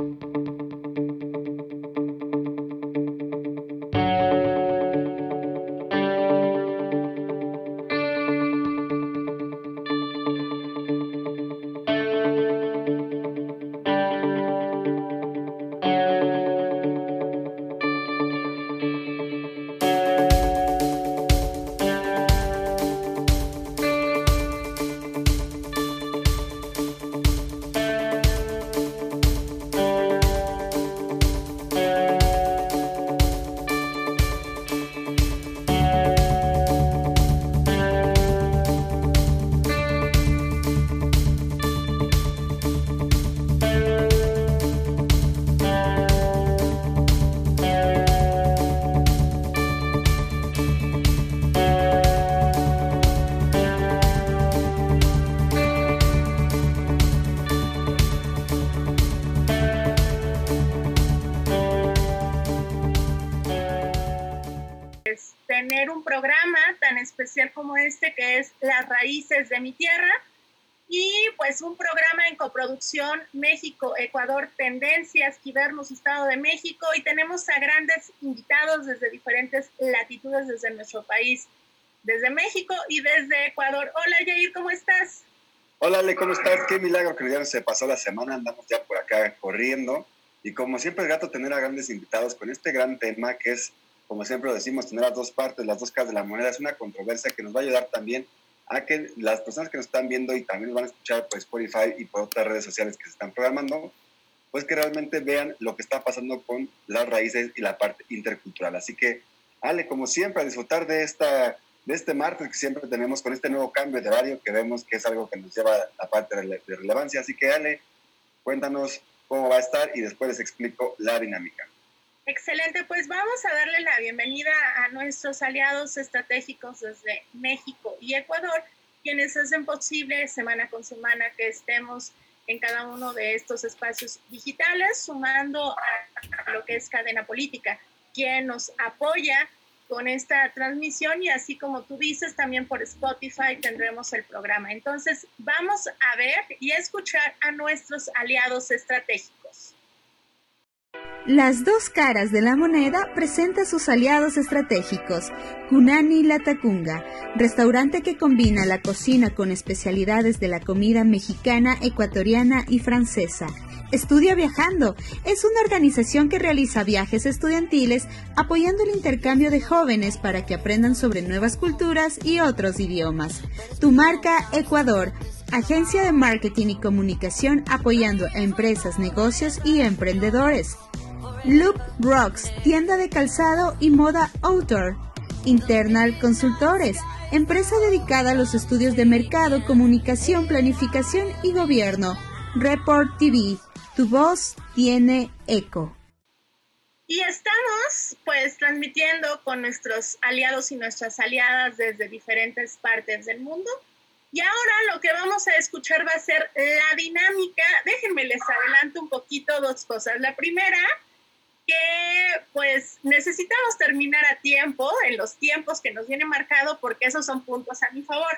Tener un programa tan especial como este, que es Las Raíces de mi Tierra, y pues un programa en coproducción México, Ecuador, Tendencias, Quibernos, Estado de México, y tenemos a grandes invitados desde diferentes latitudes desde nuestro país, desde México y desde Ecuador. Hola Yair, ¿cómo estás? Hola Ale, ¿cómo estás? Qué milagro que ya se pasó la semana, andamos ya por acá corriendo, y como siempre es grato tener a grandes invitados con este gran tema que es, como siempre lo decimos, tener las dos partes, las dos caras de la moneda. Es una controversia que nos va a ayudar también a que las personas que nos están viendo y también nos van a escuchar por Spotify y por otras redes sociales que se están programando, pues que realmente vean lo que está pasando con las raíces y la parte intercultural. Así que, Ale, como siempre, a disfrutar de este martes que siempre tenemos con este nuevo cambio de horario que vemos que es algo que nos lleva a la parte de relevancia. Así que, Ale, cuéntanos cómo va a estar y después les explico la dinámica. Excelente, pues vamos a darle la bienvenida a nuestros aliados estratégicos desde México y Ecuador, quienes hacen posible semana con semana que estemos en cada uno de estos espacios digitales, sumando a lo que es Cadena Política, quien nos apoya con esta transmisión, y así como tú dices, también por Spotify tendremos el programa. Entonces, vamos a ver y a escuchar a nuestros aliados estratégicos. Las dos caras de la moneda presenta a sus aliados estratégicos. Cunani La Tacunga, restaurante que combina la cocina con especialidades de la comida mexicana, ecuatoriana y francesa. Estudia Viajando es una organización que realiza viajes estudiantiles apoyando el intercambio de jóvenes para que aprendan sobre nuevas culturas y otros idiomas. Tu Marca Ecuador, agencia de marketing y comunicación apoyando a empresas, negocios y emprendedores. Loop Rocks, tienda de calzado y moda outdoor. Internal Consultores, empresa dedicada a los estudios de mercado, comunicación, planificación y gobierno. Report TV, tu voz tiene eco. Y estamos pues transmitiendo con nuestros aliados y nuestras aliadas desde diferentes partes del mundo. Y ahora lo que vamos a escuchar va a ser la dinámica. Déjenme les adelanto un poquito dos cosas. La primera, que pues necesitamos terminar a tiempo, en los tiempos que nos viene marcado, porque esos son puntos a mi favor.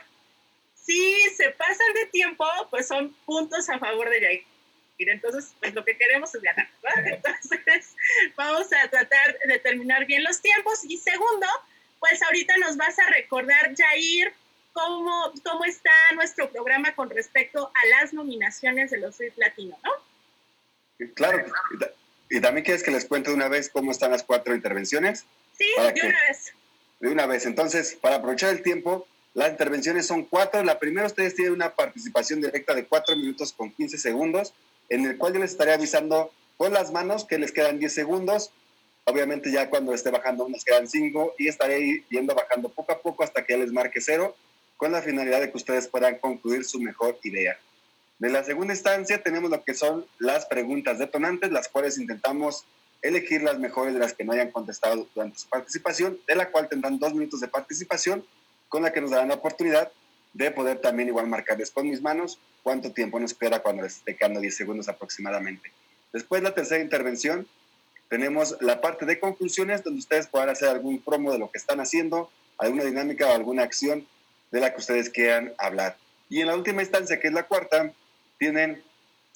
Si se pasan de tiempo, pues son puntos a favor de Yair. Entonces, pues lo que queremos es ganar, ¿verdad? Entonces, vamos a tratar de terminar bien los tiempos. Y segundo, pues ahorita nos vas a recordar, Yair, cómo está nuestro programa con respecto a las nominaciones de los Ritz Latino, ¿no? Claro. ¿Y también quieres que les cuente de una vez cómo están las 4 intervenciones? Sí, una vez. De una vez. Entonces, para aprovechar el tiempo, las intervenciones son 4. La primera, ustedes tienen una participación directa de 4 minutos con 15 segundos, en el cual yo les estaré avisando con las manos que les quedan 10 segundos. Obviamente ya cuando esté bajando nos quedan 5 y estaré yendo bajando poco a poco hasta que ya les marque 0, con la finalidad de que ustedes puedan concluir su mejor idea. De la segunda instancia tenemos lo que son las preguntas detonantes, las cuales intentamos elegir las mejores de las que no hayan contestado durante su participación, de la cual tendrán 2 minutos de participación, con la que nos darán la oportunidad de poder también igual marcarles con mis manos cuánto tiempo nos queda cuando les esté quedando 10 segundos aproximadamente. Después, la tercera intervención, tenemos la parte de conclusiones, donde ustedes podrán hacer algún promo de lo que están haciendo, alguna dinámica o alguna acción de la que ustedes quieran hablar. Y en la última instancia, que es la cuarta, tienen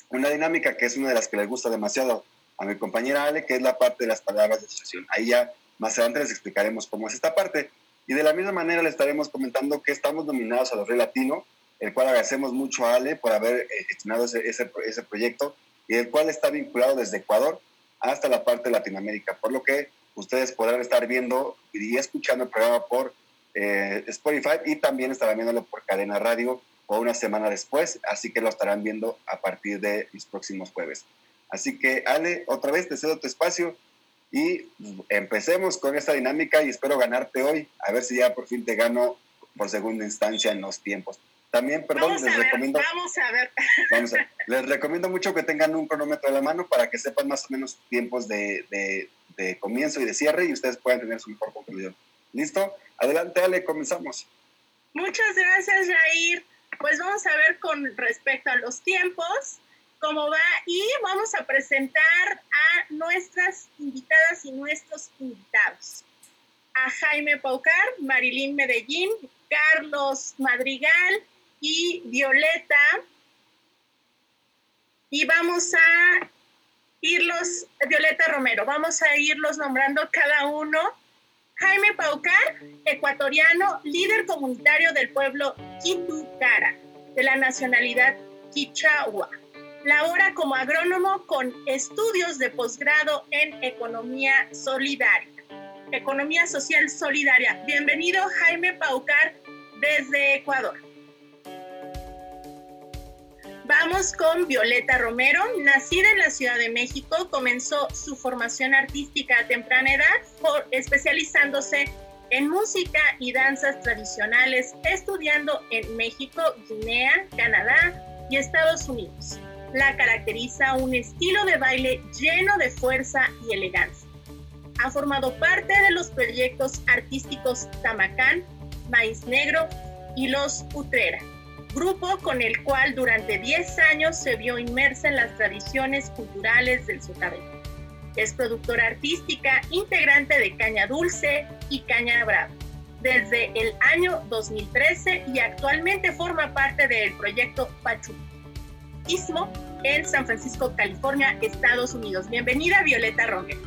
una dinámica que es una de las que les gusta demasiado a mi compañera Ale, que es la parte de las palabras de asociación. Ahí ya más adelante les explicaremos cómo es esta parte. Y de la misma manera le estaremos comentando que estamos nominados a los Rey Latino, el cual agradecemos mucho a Ale por haber gestionado ese proyecto, y el cual está vinculado desde Ecuador hasta la parte de Latinoamérica, por lo que ustedes podrán estar viendo y escuchando el programa por Spotify, y también estarán viéndolo por Cadena Radio o una semana después, así que lo estarán viendo a partir de los próximos jueves. Así que, Ale, otra vez te cedo tu espacio y empecemos con esta dinámica, y espero ganarte hoy, a ver si ya por fin te gano por segunda instancia en los tiempos. También, perdón, vamos a ver. Les recomiendo mucho que tengan un cronómetro a la mano para que sepan más o menos sus tiempos de comienzo y de cierre, y ustedes puedan tener su mejor conclusión. ¿Listo? Adelante, Ale, comenzamos. Muchas gracias, Jair. Pues vamos a ver con respecto a los tiempos cómo va, y vamos a presentar a nuestras invitadas y nuestros invitados. A Jaime Paucar, Marilyn Medellín, Carlos Madrigal y Violeta. Y vamos a Violeta Romero, vamos a irlos nombrando cada uno. Jaime Paucar, ecuatoriano, líder comunitario del pueblo Quitu-Cara, de la nacionalidad quichagua. Labora como agrónomo con estudios de posgrado en economía solidaria. Economía social solidaria. Bienvenido, Jaime Paucar, desde Ecuador. Vamos con Violeta Romero. Nacida en la Ciudad de México, comenzó su formación artística a temprana edad, especializándose en música y danzas tradicionales, estudiando en México, Guinea, Canadá y Estados Unidos. La caracteriza un estilo de baile lleno de fuerza y elegancia. Ha formado parte de los proyectos artísticos Tamacán, Maíz Negro y Los Utrera, grupo con el cual durante 10 años se vio inmersa en las tradiciones culturales del Sotavento. Es productora artística, integrante de Caña Dulce y Caña Brava desde el año 2013, y actualmente forma parte del proyecto Pachuquismo en San Francisco, California, Estados Unidos. Bienvenida, Violeta Romero.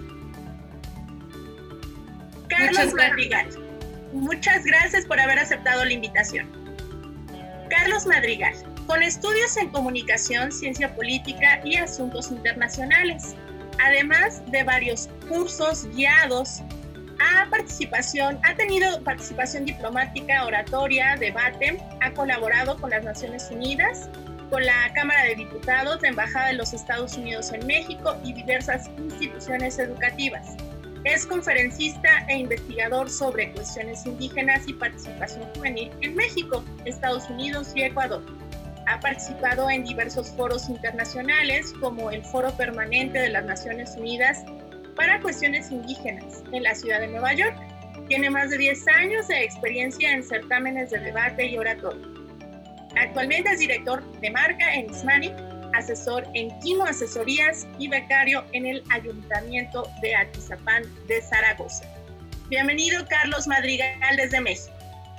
Carlos Madrigal, muchas gracias por haber aceptado la invitación. Carlos Madrigal, con estudios en comunicación, ciencia política y asuntos internacionales, además de varios cursos guiados, ha tenido participación diplomática, oratoria, debate, ha colaborado con las Naciones Unidas, con la Cámara de Diputados, la Embajada de los Estados Unidos en México y diversas instituciones educativas. Es conferencista e investigador sobre cuestiones indígenas y participación juvenil en México, Estados Unidos y Ecuador. Ha participado en diversos foros internacionales, como el Foro Permanente de las Naciones Unidas para Cuestiones Indígenas en la ciudad de Nueva York. Tiene más de 10 años de experiencia en certámenes de debate y oratorio. Actualmente es director de marca en Ismanic, asesor en Quino Asesorías y becario en el Ayuntamiento de Atizapán de Zaragoza. Bienvenido, Carlos Madrigal, desde México.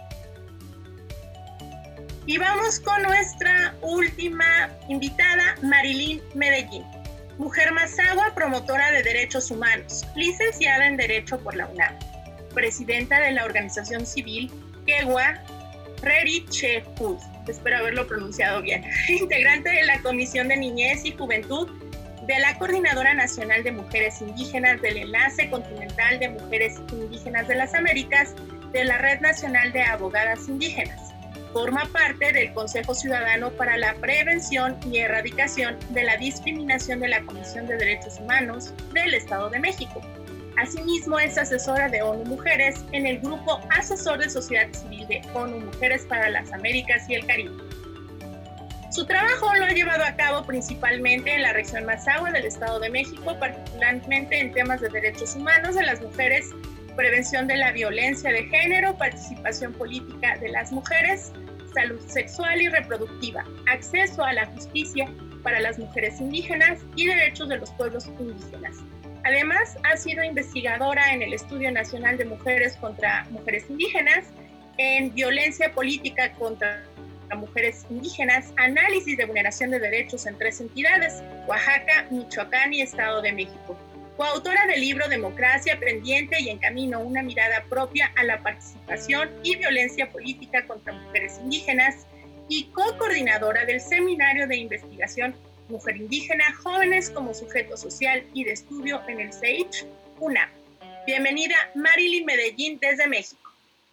Y vamos con nuestra última invitada, Marilyn Medellín, mujer mazahua, promotora de derechos humanos, licenciada en Derecho por la UNAM, presidenta de la organización civil Quegua Rerichehud, espero haberlo pronunciado bien, integrante de la Comisión de Niñez y Juventud de la Coordinadora Nacional de Mujeres Indígenas del Enlace Continental de Mujeres Indígenas de las Américas de la Red Nacional de Abogadas Indígenas. Forma parte del Consejo Ciudadano para la Prevención y Erradicación de la Discriminación de la Comisión de Derechos Humanos del Estado de México. Asimismo, es asesora de ONU Mujeres en el Grupo Asesor de Sociedad Civil de ONU Mujeres para las Américas y el Caribe. Su trabajo lo ha llevado a cabo principalmente en la región Mazahua del Estado de México, particularmente en temas de derechos humanos de las mujeres, prevención de la violencia de género, participación política de las mujeres, salud sexual y reproductiva, acceso a la justicia para las mujeres indígenas y derechos de los pueblos indígenas. Además, ha sido investigadora en el Estudio Nacional de Mujeres contra Mujeres Indígenas, en violencia política contra contra mujeres indígenas, análisis de vulneración de derechos en 3 entidades, Oaxaca, Michoacán y Estado de México. Coautora del libro Democracia Pendiente y en Camino, una mirada propia a la participación y violencia política contra mujeres indígenas, y co-coordinadora del Seminario de Investigación Mujer Indígena, Jóvenes como Sujeto Social y de Estudio en el CEICH, UNAM. Bienvenida, Marilyn Medellín, desde México.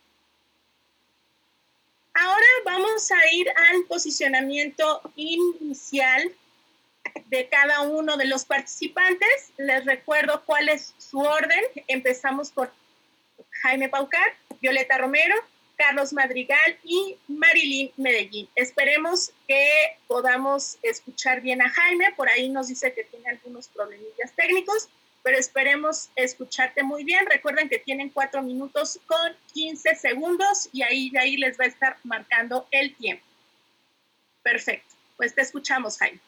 Ahora vamos a ir al posicionamiento inicial de cada uno de los participantes. Les recuerdo cuál es su orden. Empezamos por Jaime Paucar, Violeta Romero, Carlos Madrigal y Marilyn Medellín. Esperemos que podamos escuchar bien a Jaime. Por ahí nos dice que tiene algunos problemillas técnicos, pero esperemos escucharte muy bien. Recuerden que tienen 4 minutos con 15 segundos y de ahí les va a estar marcando el tiempo. Perfecto. Pues te escuchamos, Jaime.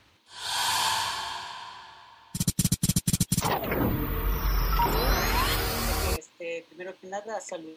Primero que nada, saludar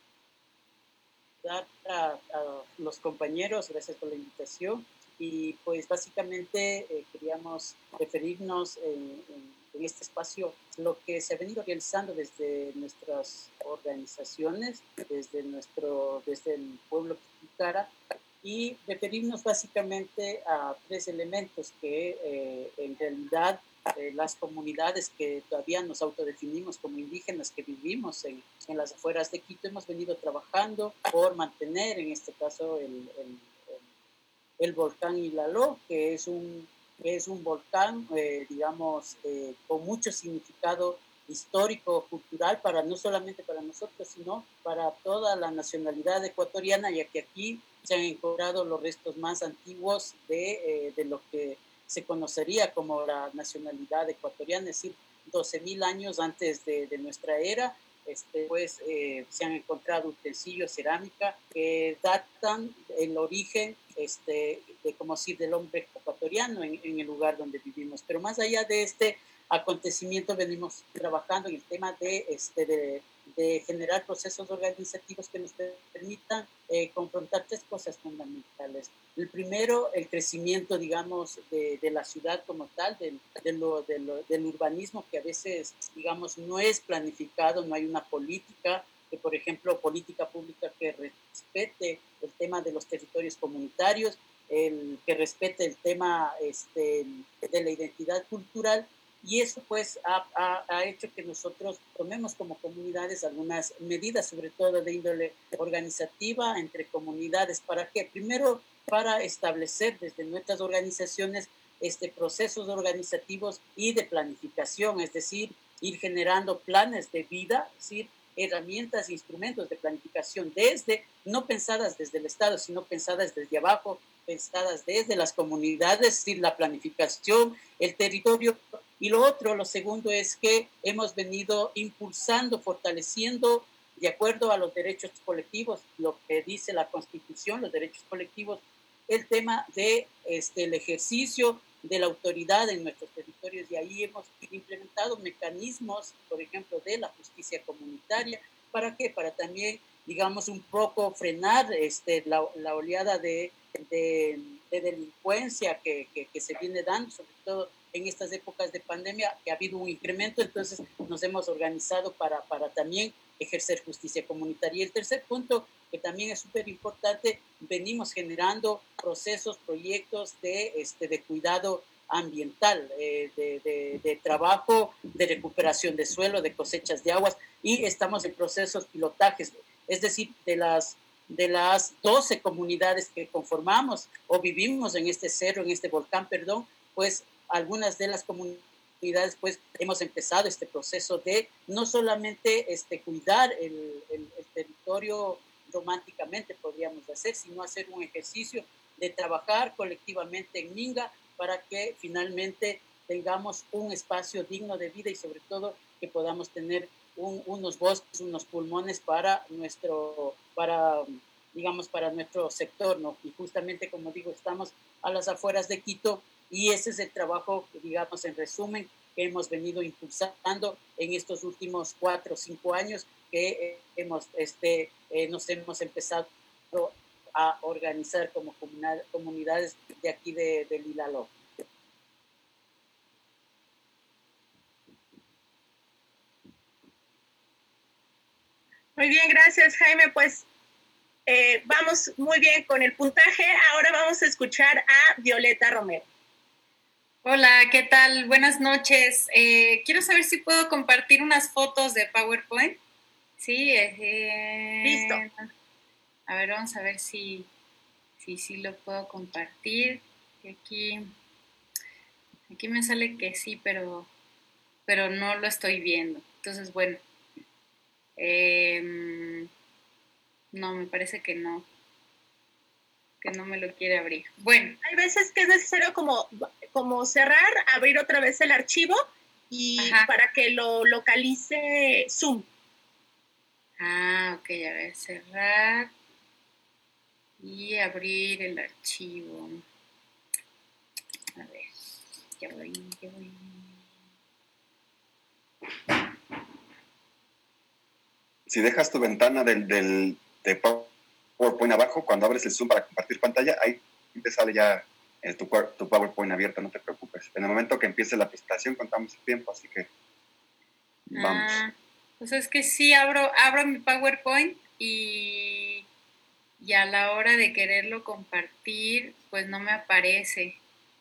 a los compañeros, gracias por la invitación, y pues básicamente queríamos referirnos en este espacio lo que se ha venido realizando desde nuestras organizaciones, desde el pueblo Quicara, y referirnos básicamente a 3 elementos que en realidad las comunidades que todavía nos autodefinimos como indígenas, que vivimos en las afueras de Quito, hemos venido trabajando por mantener, en este caso, el volcán Ilaló, que es un volcán, con mucho significado histórico, cultural, no solamente para nosotros, sino para toda la nacionalidad ecuatoriana, ya que aquí se han encontrado los restos más antiguos de lo que se conocería como la nacionalidad ecuatoriana, es decir, 12.000 años antes de nuestra era. Se han encontrado utensilios, cerámica, que datan el origen del hombre ecuatoriano en el lugar donde vivimos. Pero más allá de este acontecimiento, venimos trabajando en el tema de generar procesos organizativos que nos permitan confrontar 3 cosas fundamentales. El primero, el crecimiento, digamos, de la ciudad como tal, del urbanismo, que a veces, digamos, no es planificado, no hay una política, por ejemplo, política pública que respete el tema de los territorios comunitarios, que respete el tema de la identidad cultural. Y eso pues ha hecho que nosotros tomemos como comunidades algunas medidas, sobre todo de índole organizativa entre comunidades. ¿Para qué? Primero, para establecer desde nuestras organizaciones procesos organizativos y de planificación, es decir, ir generando planes de vida, es decir, herramientas e instrumentos de planificación no pensadas desde el Estado, sino pensadas desde abajo, pensadas desde las comunidades, es decir, la planificación, el territorio. Y lo segundo es que hemos venido impulsando, fortaleciendo, de acuerdo a los derechos colectivos, lo que dice la Constitución, los derechos colectivos, el tema de el ejercicio de la autoridad en nuestros territorios. Y ahí hemos implementado mecanismos, por ejemplo, de la justicia comunitaria. ¿Para qué? Para también, digamos, un poco frenar la oleada de delincuencia que se viene dando, sobre todo en estas épocas de pandemia, que ha habido un incremento. Entonces nos hemos organizado para también ejercer justicia comunitaria. Y el tercer punto, que también es súper importante, venimos generando procesos, proyectos de cuidado ambiental, de trabajo, de recuperación de suelo, de cosechas de aguas, y estamos en procesos pilotajes, es decir, de las 12 comunidades que conformamos o vivimos en este cerro, en este volcán, pues algunas de las comunidades pues hemos empezado este proceso de no solamente cuidar el territorio románticamente, podríamos hacer, sino hacer un ejercicio de trabajar colectivamente en Minga para que finalmente tengamos un espacio digno de vida y sobre todo que podamos tener unos bosques, unos pulmones para nuestro sector, ¿no? Y justamente, como digo, estamos a las afueras de Quito y ese es el trabajo, digamos, en resumen, que hemos venido impulsando en estos últimos 4 o 5 años que nos hemos empezado a organizar como comunidades de aquí de Ilaló. Muy bien, gracias Jaime. Pues vamos muy bien con el puntaje. Ahora vamos a escuchar a Violeta Romero. Hola, ¿qué tal? Buenas noches. Quiero saber si puedo compartir unas fotos de PowerPoint. Sí, listo. A ver, vamos a ver si lo puedo compartir. Aquí me sale que sí, pero no lo estoy viendo. Entonces, bueno. No, me parece que no me lo quiere abrir. Bueno. Hay veces que es necesario como cerrar, abrir otra vez el archivo y para que lo localice Zoom. Ah, ok, a ver, cerrar y abrir el archivo. A ver, ya voy. Si dejas tu ventana de PowerPoint abajo, cuando abres el Zoom para compartir pantalla, ahí te sale ya tu PowerPoint abierto, no te preocupes. En el momento que empiece la presentación contamos el tiempo, así que vamos. Pues es que sí, abro mi PowerPoint y a la hora de quererlo compartir, pues no me aparece.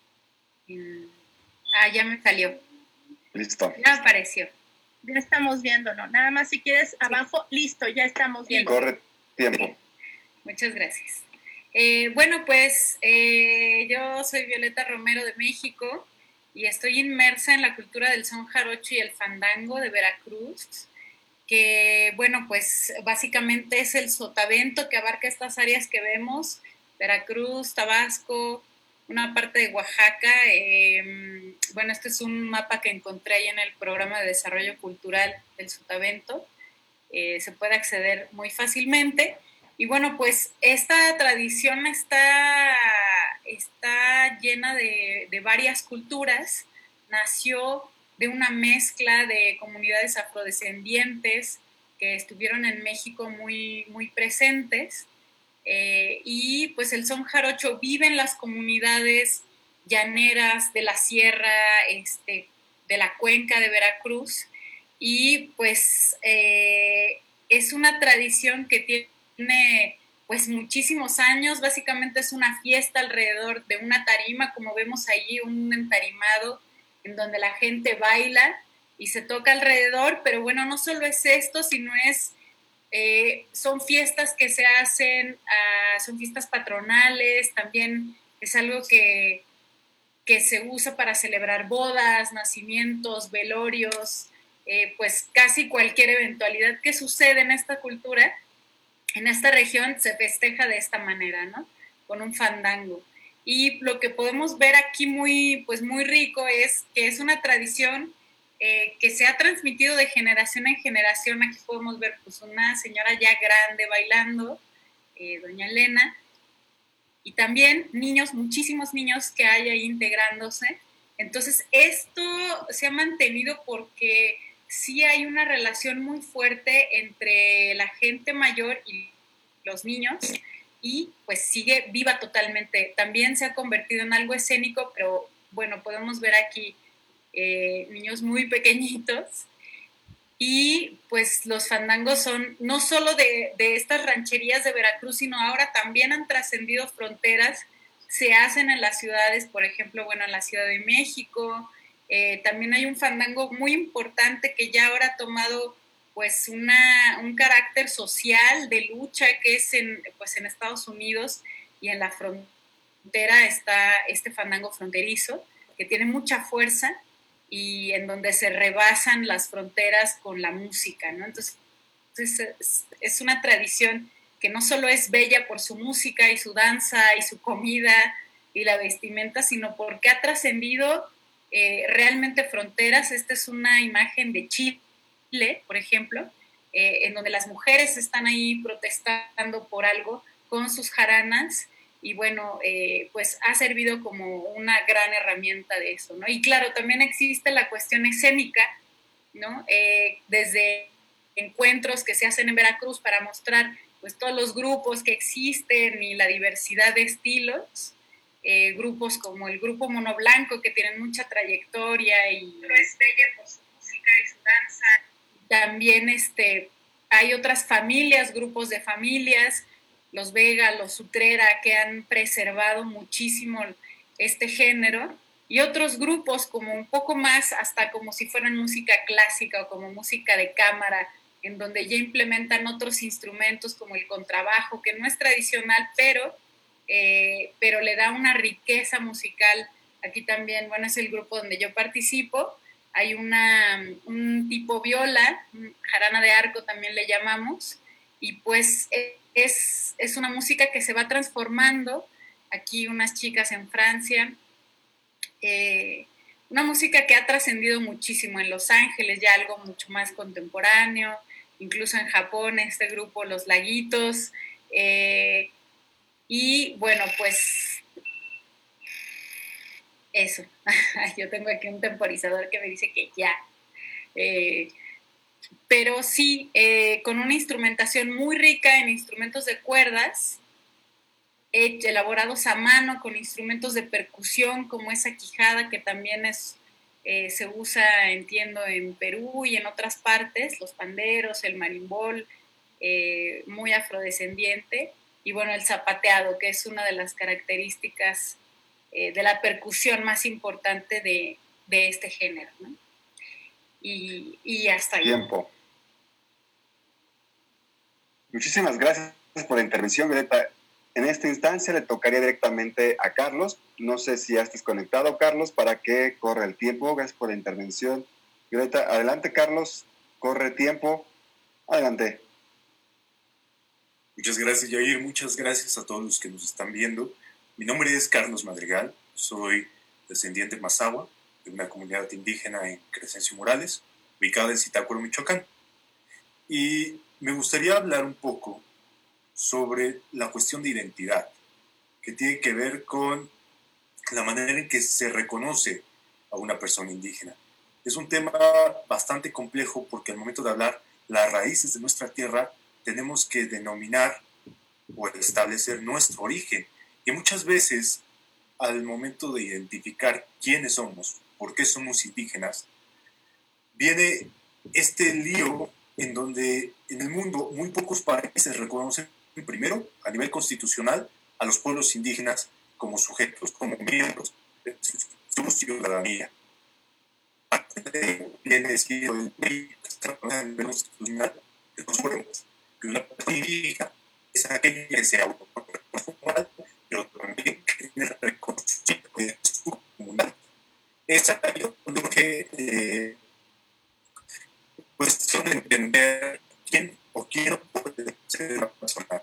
Ya me salió. Listo. Ya apareció. Ya estamos viéndolo. Nada más si quieres abajo, listo, ya estamos viendo. Corre tiempo. Muchas gracias. Bueno, pues yo soy Violeta Romero de México y estoy inmersa en la cultura del son jarocho y el fandango de Veracruz, que bueno, pues básicamente es el sotavento que abarca estas áreas que vemos, Veracruz, Tabasco, una parte de Oaxaca. Bueno, este es un mapa que encontré ahí en el programa de desarrollo cultural del sotavento. Se puede acceder muy fácilmente. Y bueno, pues esta tradición está llena de varias culturas. Nació de una mezcla de comunidades afrodescendientes que estuvieron en México muy, muy presentes. Y pues el son jarocho vive en las comunidades llaneras de la sierra, de la cuenca de Veracruz, y pues es una tradición que tiene pues muchísimos años. Básicamente es una fiesta alrededor de una tarima, como vemos ahí, un entarimado en donde la gente baila y se toca alrededor, pero bueno, no solo es esto, sino son fiestas que se hacen, son fiestas patronales, también es algo que se usa para celebrar bodas, nacimientos, velorios, pues casi cualquier eventualidad que sucede en esta cultura, en esta región se festeja de esta manera, ¿no? Con un fandango. Y lo que podemos ver aquí muy rico es que es una tradición que se ha transmitido de generación en generación. Aquí podemos ver pues una señora ya grande bailando, doña Elena, y también niños, muchísimos niños que hay ahí integrándose. Entonces esto se ha mantenido porque sí hay una relación muy fuerte entre la gente mayor y los niños, y pues sigue viva totalmente. También se ha convertido en algo escénico, pero bueno, podemos ver aquí niños muy pequeñitos. Y pues los fandangos son no solo de estas rancherías de Veracruz, sino ahora también han trascendido fronteras. Se hacen en las ciudades, por ejemplo, bueno, en la Ciudad de México. También hay un fandango muy importante que ya ahora ha tomado pues un carácter social de lucha, que es en Estados Unidos, y en la frontera está este fandango fronterizo, que tiene mucha fuerza y en donde se rebasan las fronteras con la música, ¿no? Entonces es una tradición que no solo es bella por su música y su danza y su comida y la vestimenta, sino porque ha trascendido realmente fronteras. Esta es una imagen de Chile, por ejemplo, en donde las mujeres están ahí protestando por algo con sus jaranas, y bueno, pues ha servido como una gran herramienta de eso, ¿no? Y claro, también existe la cuestión escénica, ¿no? Desde encuentros que se hacen en Veracruz para mostrar pues todos los grupos que existen y la diversidad de estilos, grupos como el Grupo Mono Blanco, que tienen mucha trayectoria y es bella por su música y su danza. También hay otras familias, grupos de familias, los Vega, los Utrera, que han preservado muchísimo este género, y otros grupos como un poco más, hasta como si fueran música clásica o como música de cámara, en donde ya implementan otros instrumentos como el contrabajo, que no es tradicional, pero le da una riqueza musical. Aquí también, bueno, es el grupo donde yo participo, hay un tipo viola, jarana de arco también le llamamos, y pues es una música que se va transformando. Aquí unas chicas en Francia, una música que ha trascendido muchísimo en Los Ángeles, ya algo mucho más contemporáneo, incluso en Japón, este grupo Los Laguitos, y bueno, pues eso. Yo tengo aquí un temporizador que me dice que ya. Pero sí, con una instrumentación muy rica en instrumentos de cuerdas, elaborados a mano, con instrumentos de percusión como esa quijada, que también se usa, entiendo, en Perú y en otras partes, los panderos, el marimbol, muy afrodescendiente, y bueno, el zapateado, que es una de las características de la percusión más importante de este género, ¿no? Y hasta ahí. Tiempo. Muchísimas gracias por la intervención, Violeta. En esta instancia le tocaría directamente a Carlos. No sé si ya estés conectado, Carlos, para que corra el tiempo. Gracias por la intervención. Violeta, adelante, Carlos. Corre tiempo. Adelante. Muchas gracias, Yair. Muchas gracias a todos los que nos están viendo. Mi nombre es Carlos Madrigal. Soy descendiente mazahua de una comunidad indígena en Crescencio Morales, ubicada en Zitácuaro, Michoacán. Y me gustaría hablar un poco sobre la cuestión de identidad, que tiene que ver con la manera en que se reconoce a una persona indígena. Es un tema bastante complejo porque al momento de hablar las raíces de nuestra tierra tenemos que denominar o establecer nuestro origen. Y muchas veces, al momento de identificar quiénes somos, por qué somos indígenas, viene este lío en donde en el mundo muy pocos países reconocen primero, a nivel constitucional, a los pueblos indígenas como sujetos, como miembros de su ciudadanía. Viene siendo el a nivel constitucional de los pueblos, que una persona indígena es aquella que se autoformal, pero también que tiene reconocimiento de su comunidad. Es ahí lo que cuestión de entender quién o quién puede ser una persona.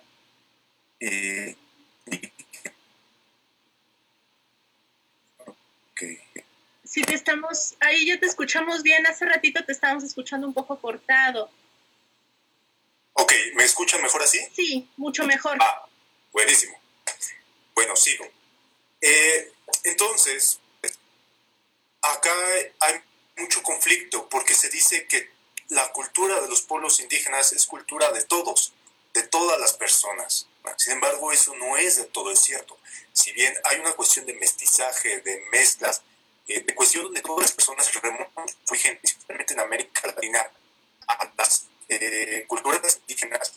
Okay. Sí, ahí ya te escuchamos bien. Hace ratito te estábamos escuchando un poco cortado. Ok, ¿me escuchan mejor así? Sí, mucho mejor. Buenísimo. Bueno, sigo. Entonces, acá hay mucho conflicto porque se dice que la cultura de los pueblos indígenas es cultura de todos, de todas las personas. Sin embargo, eso no es de todo, es cierto. Si bien hay una cuestión de mestizaje, de mezclas, de cuestión donde todas las personas se remontan, principalmente en América Latina, a las culturas indígenas,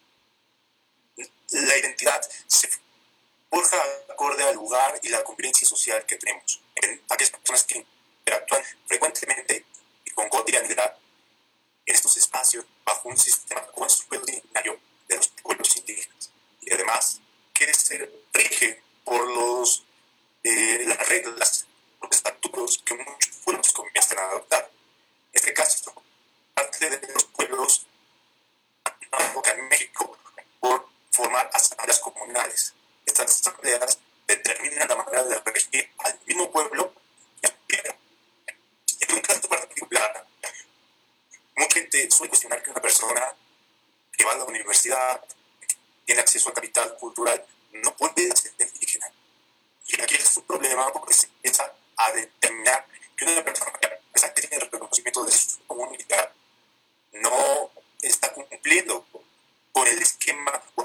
la identidad se forja acorde al lugar y la convivencia social que tenemos. En aquellas personas que interactúan frecuentemente y con cotidianidad en estos espacios bajo un sistema consuetudinario de los pueblos indígenas. Y además, que se rige por las reglas, los estatutos que muchos pueblos comienzan a adoptar. En este caso, parte de los pueblos en México por formar asambleas comunales. Estas asambleas determinan la manera de regir al mismo pueblo y a tierra. En un caso particular, mucha gente suele cuestionar que una persona que va a la universidad, tiene acceso a capital cultural, no puede ser indígena. Y aquí es un problema porque se empieza a determinar que una persona que tiene el reconocimiento de su comunidad no está cumpliendo con el esquema o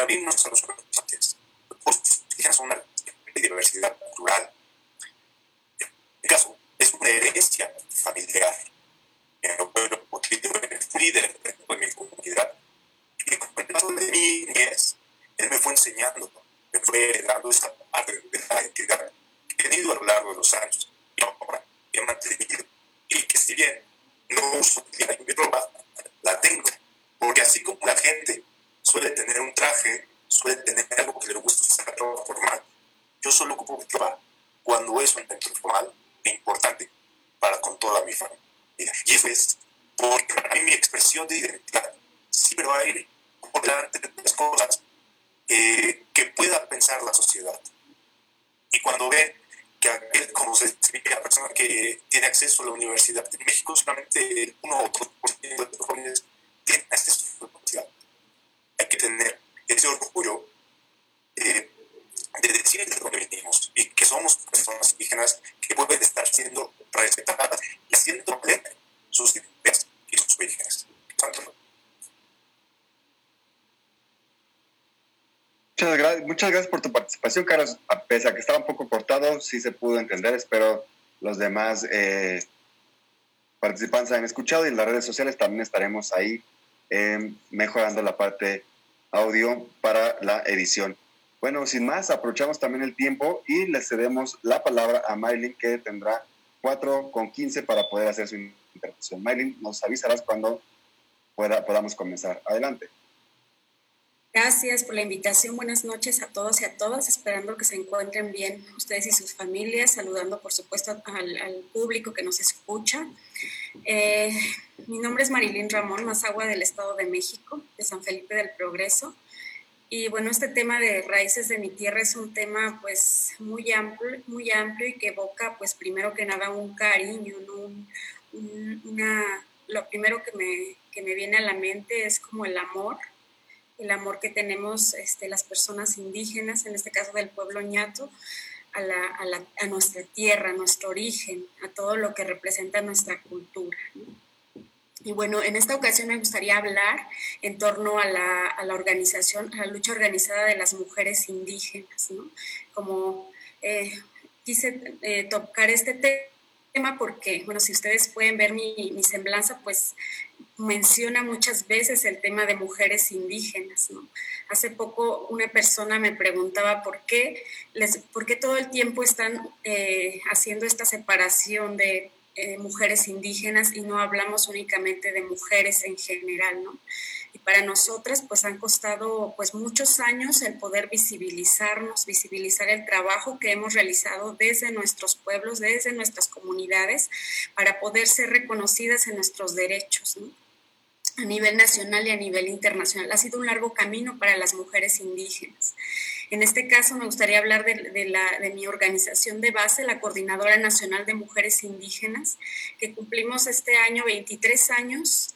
abrirnos a los horizontes. Los pueblos indígenas son una diversidad cultural. En este caso, es una herencia familiar. En lo pueblo cotidiano, fui líder de mi comunidad. Y con el paso de mi niñez, él me fue enseñando, me fue dando esa parte de la identidad que he tenido a lo largo de los años. Y ahora he mantenido. Y que si bien no uso mi ropa, la tengo. Porque así como la gente suele tener un traje, suele tener algo que le gusta usar ropa formal, yo solo ocupo ropa cuando es un evento formal e importante para con toda mi familia. Y eso es porque para mí mi expresión de identidad siempre va a ir por delante de las cosas que pueda pensar la sociedad. Y cuando ve que aquel, como se describe, la persona que tiene acceso a la universidad en México, solamente 1 o 2% de los jóvenes tienen acceso a la universidad. Hay que tener ese orgullo de decir de dónde venimos y que somos personas indígenas que pueden estar siendo respetadas y haciendo valer sus ideas y sus orígenes. Muchas gracias por tu participación, Carlos. A pesar que estaba un poco cortado, sí se pudo entender. Espero los demás participantes hayan escuchado, y en las redes sociales también estaremos ahí mejorando la parte audio para la edición. Bueno, sin más, aprovechamos también el tiempo y le cedemos la palabra a Maylin, que tendrá 4:15 para poder hacer su intervención. Maylin, nos avisarás cuando podamos comenzar. Adelante. Gracias por la invitación. Buenas noches a todos y a todas. Esperando que se encuentren bien ustedes y sus familias. Saludando, por supuesto, al público que nos escucha. Mi nombre es Marilyn Ramón Mazagua, del Estado de México, de San Felipe del Progreso. Y bueno, este tema de Raíces de mi Tierra es un tema pues muy amplio y que evoca pues primero que nada un cariño, ¿no? Lo primero que me viene a la mente es como el amor que tenemos las personas indígenas, en este caso del pueblo ñato, a nuestra tierra, a nuestro origen, a todo lo que representa nuestra cultura, ¿no? Y bueno, en esta ocasión me gustaría hablar en torno a la organización, a la lucha organizada de las mujeres indígenas, ¿no? Como quise tocar este tema porque, bueno, si ustedes pueden ver mi semblanza, pues menciona muchas veces el tema de mujeres indígenas, ¿no? Hace poco una persona me preguntaba por qué todo el tiempo están haciendo esta separación de mujeres indígenas y no hablamos únicamente de mujeres en general, ¿no? Y para nosotras pues han costado pues muchos años el poder visibilizar el trabajo que hemos realizado desde nuestros pueblos, desde nuestras comunidades, para poder ser reconocidas en nuestros derechos, ¿no? A nivel nacional y a nivel internacional. Ha sido un largo camino para las mujeres indígenas. En este caso me gustaría hablar de mi organización de base, la Coordinadora Nacional de Mujeres Indígenas, que cumplimos este año 23 años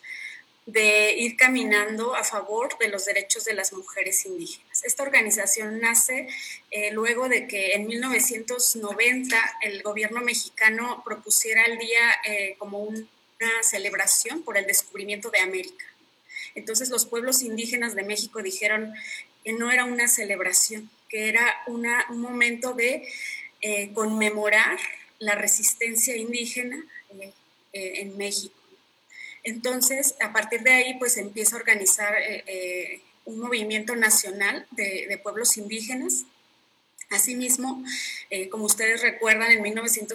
de ir caminando a favor de los derechos de las mujeres indígenas. Esta organización nace luego de que en 1990 el gobierno mexicano propusiera el día como una celebración por el descubrimiento de América. Entonces los pueblos indígenas de México dijeron que no era una celebración, que era un momento de conmemorar la resistencia indígena en México. Entonces, a partir de ahí, pues empieza a organizar un movimiento nacional de pueblos indígenas. Asimismo, como ustedes recuerdan, en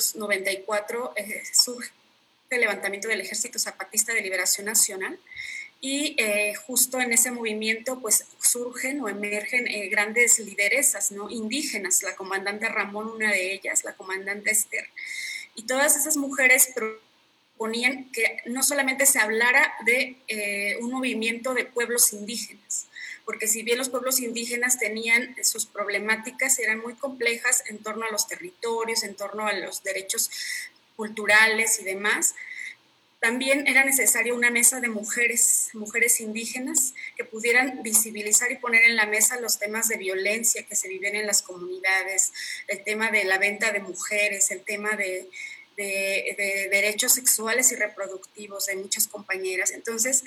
1994 surge el levantamiento del Ejército Zapatista de Liberación Nacional, y justo en ese movimiento pues surgen o emergen grandes lideresas, ¿no? Indígenas, la comandante Ramón, una de ellas, la comandante Esther, y todas esas mujeres proponían que no solamente se hablara de un movimiento de pueblos indígenas, porque si bien los pueblos indígenas tenían sus problemáticas, eran muy complejas en torno a los territorios, en torno a los derechos culturales y demás, también era necesaria una mesa de mujeres indígenas que pudieran visibilizar y poner en la mesa los temas de violencia que se viven en las comunidades, el tema de la venta de mujeres, el tema de derechos sexuales y reproductivos de muchas compañeras. Entonces,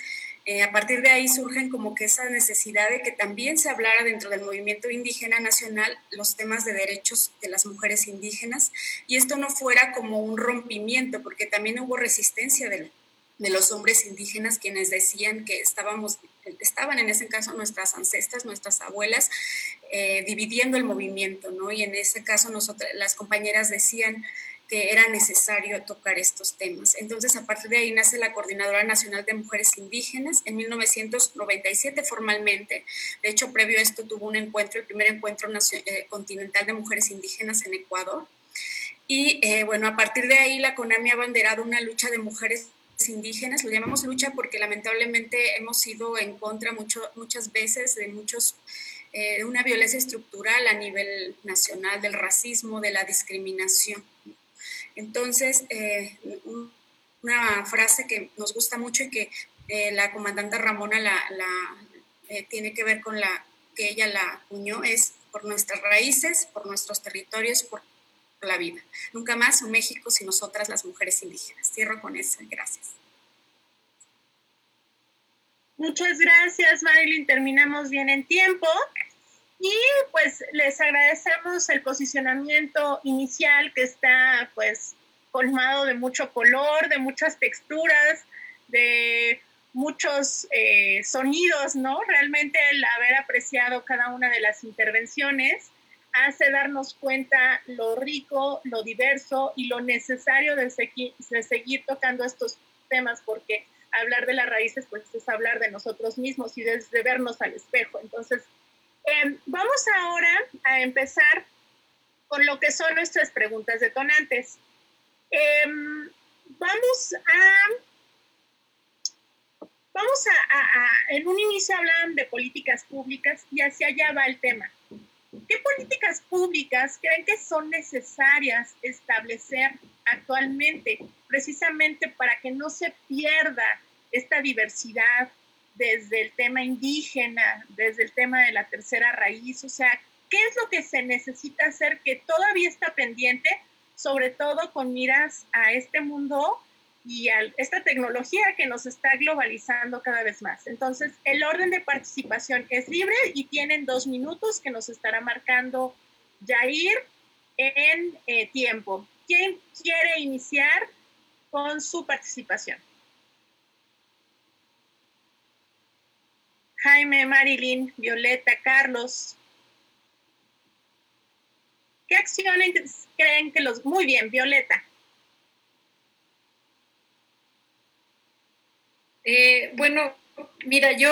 A partir de ahí surgen como que esa necesidad de que también se hablara dentro del movimiento indígena nacional los temas de derechos de las mujeres indígenas, y esto no fuera como un rompimiento, porque también hubo resistencia de los hombres indígenas, quienes decían que estaban en ese caso nuestras ancestras, nuestras abuelas, dividiendo el movimiento, ¿no? Y en ese caso las compañeras decían que era necesario tocar estos temas. Entonces, a partir de ahí nace la Coordinadora Nacional de Mujeres Indígenas en 1997 formalmente. De hecho, previo a esto tuvo un encuentro, el primer encuentro continental de mujeres indígenas en Ecuador. Y bueno, a partir de ahí la CONAMI ha abanderado una lucha de mujeres indígenas. Lo llamamos lucha porque lamentablemente hemos ido en contra muchas veces de una violencia estructural a nivel nacional, del racismo, de la discriminación. Entonces, una frase que nos gusta mucho y que la comandante Ramona tiene que ver con que ella la acuñó es: por nuestras raíces, por nuestros territorios, por la vida. Nunca más un México sin nosotras, las mujeres indígenas. Cierro con eso. Gracias. Muchas gracias, Marilyn. Terminamos bien en tiempo. Y pues les agradecemos el posicionamiento inicial, que está pues colmado de mucho color, de muchas texturas, de muchos sonidos, ¿no? Realmente el haber apreciado cada una de las intervenciones hace darnos cuenta lo rico, lo diverso y lo necesario de seguir tocando estos temas, porque hablar de las raíces pues es hablar de nosotros mismos y de vernos al espejo. Entonces, vamos ahora a empezar con lo que son nuestras preguntas detonantes. En un inicio hablaban de políticas públicas y hacia allá va el tema. ¿Qué políticas públicas creen que son necesarias establecer actualmente, precisamente para que no se pierda esta diversidad desde el tema indígena, desde el tema de la tercera raíz? O sea, ¿qué es lo que se necesita hacer que todavía está pendiente, sobre todo con miras a este mundo y a esta tecnología que nos está globalizando cada vez más? Entonces, el orden de participación es libre y tienen 2 minutos que nos estará marcando Yair en tiempo. ¿Quién quiere iniciar con su participación? Jaime, Marilyn, Violeta, Carlos. ¿Qué acciones creen que los... Muy bien, Violeta. Bueno, mira, yo,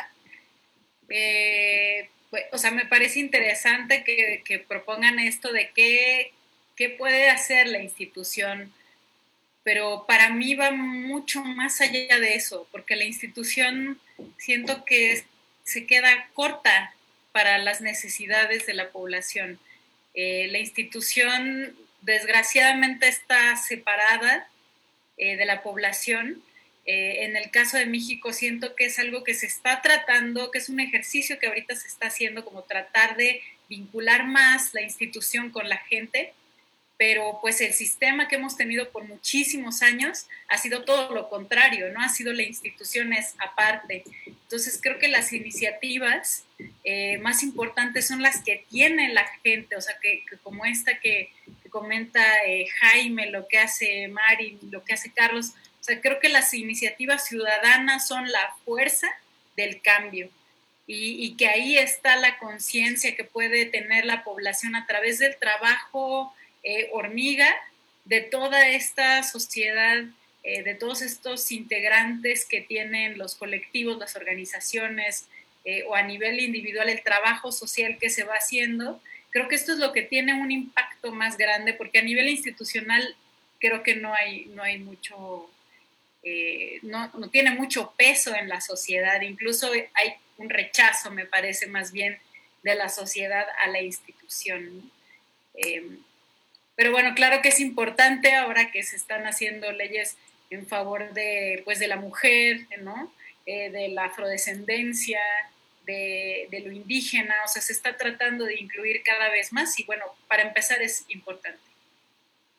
o sea, me parece interesante que propongan esto de qué puede hacer la institución, pero para mí va mucho más allá de eso, porque la institución siento que se queda corta para las necesidades de la población. La institución desgraciadamente está separada de la población. En el caso de México siento que es algo que se está tratando, que es un ejercicio que ahorita se está haciendo, como tratar de vincular más la institución con la gente, pero pues el sistema que hemos tenido por muchísimos años ha sido todo lo contrario, ¿no? Ha sido la institución es aparte. Entonces creo que las iniciativas más importantes son las que tiene la gente, o sea, que como esta que comenta Jaime, lo que hace Mari, lo que hace Carlos. O sea, creo que las iniciativas ciudadanas son la fuerza del cambio y que ahí está la conciencia que puede tener la población a través del trabajo hormiga de toda esta sociedad, de todos estos integrantes que tienen los colectivos, las organizaciones o a nivel individual el trabajo social que se va haciendo. Creo que esto es lo que tiene un impacto más grande, porque a nivel institucional creo que no hay mucho... no tiene mucho peso en la sociedad, incluso hay un rechazo, me parece, más bien de la sociedad a la institución. Pero bueno, claro que es importante ahora que se están haciendo leyes en favor de la mujer, ¿no? De la afrodescendencia, de lo indígena, o sea, se está tratando de incluir cada vez más y bueno, para empezar es importante.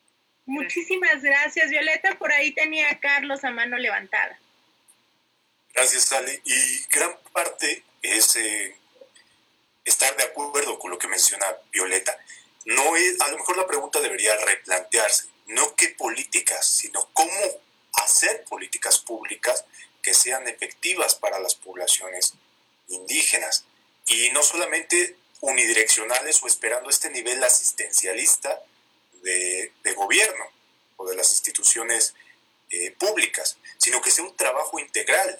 Muchísimas gracias, Violeta. Por ahí tenía a Carlos a mano levantada. Gracias, Ale. Y gran parte es estar de acuerdo con lo que menciona Violeta. No es, a lo mejor la pregunta debería replantearse, no qué políticas, sino cómo hacer políticas públicas que sean efectivas para las poblaciones indígenas. Y no solamente unidireccionales o esperando este nivel asistencialista de gobierno o de las instituciones públicas, sino que sea un trabajo integral.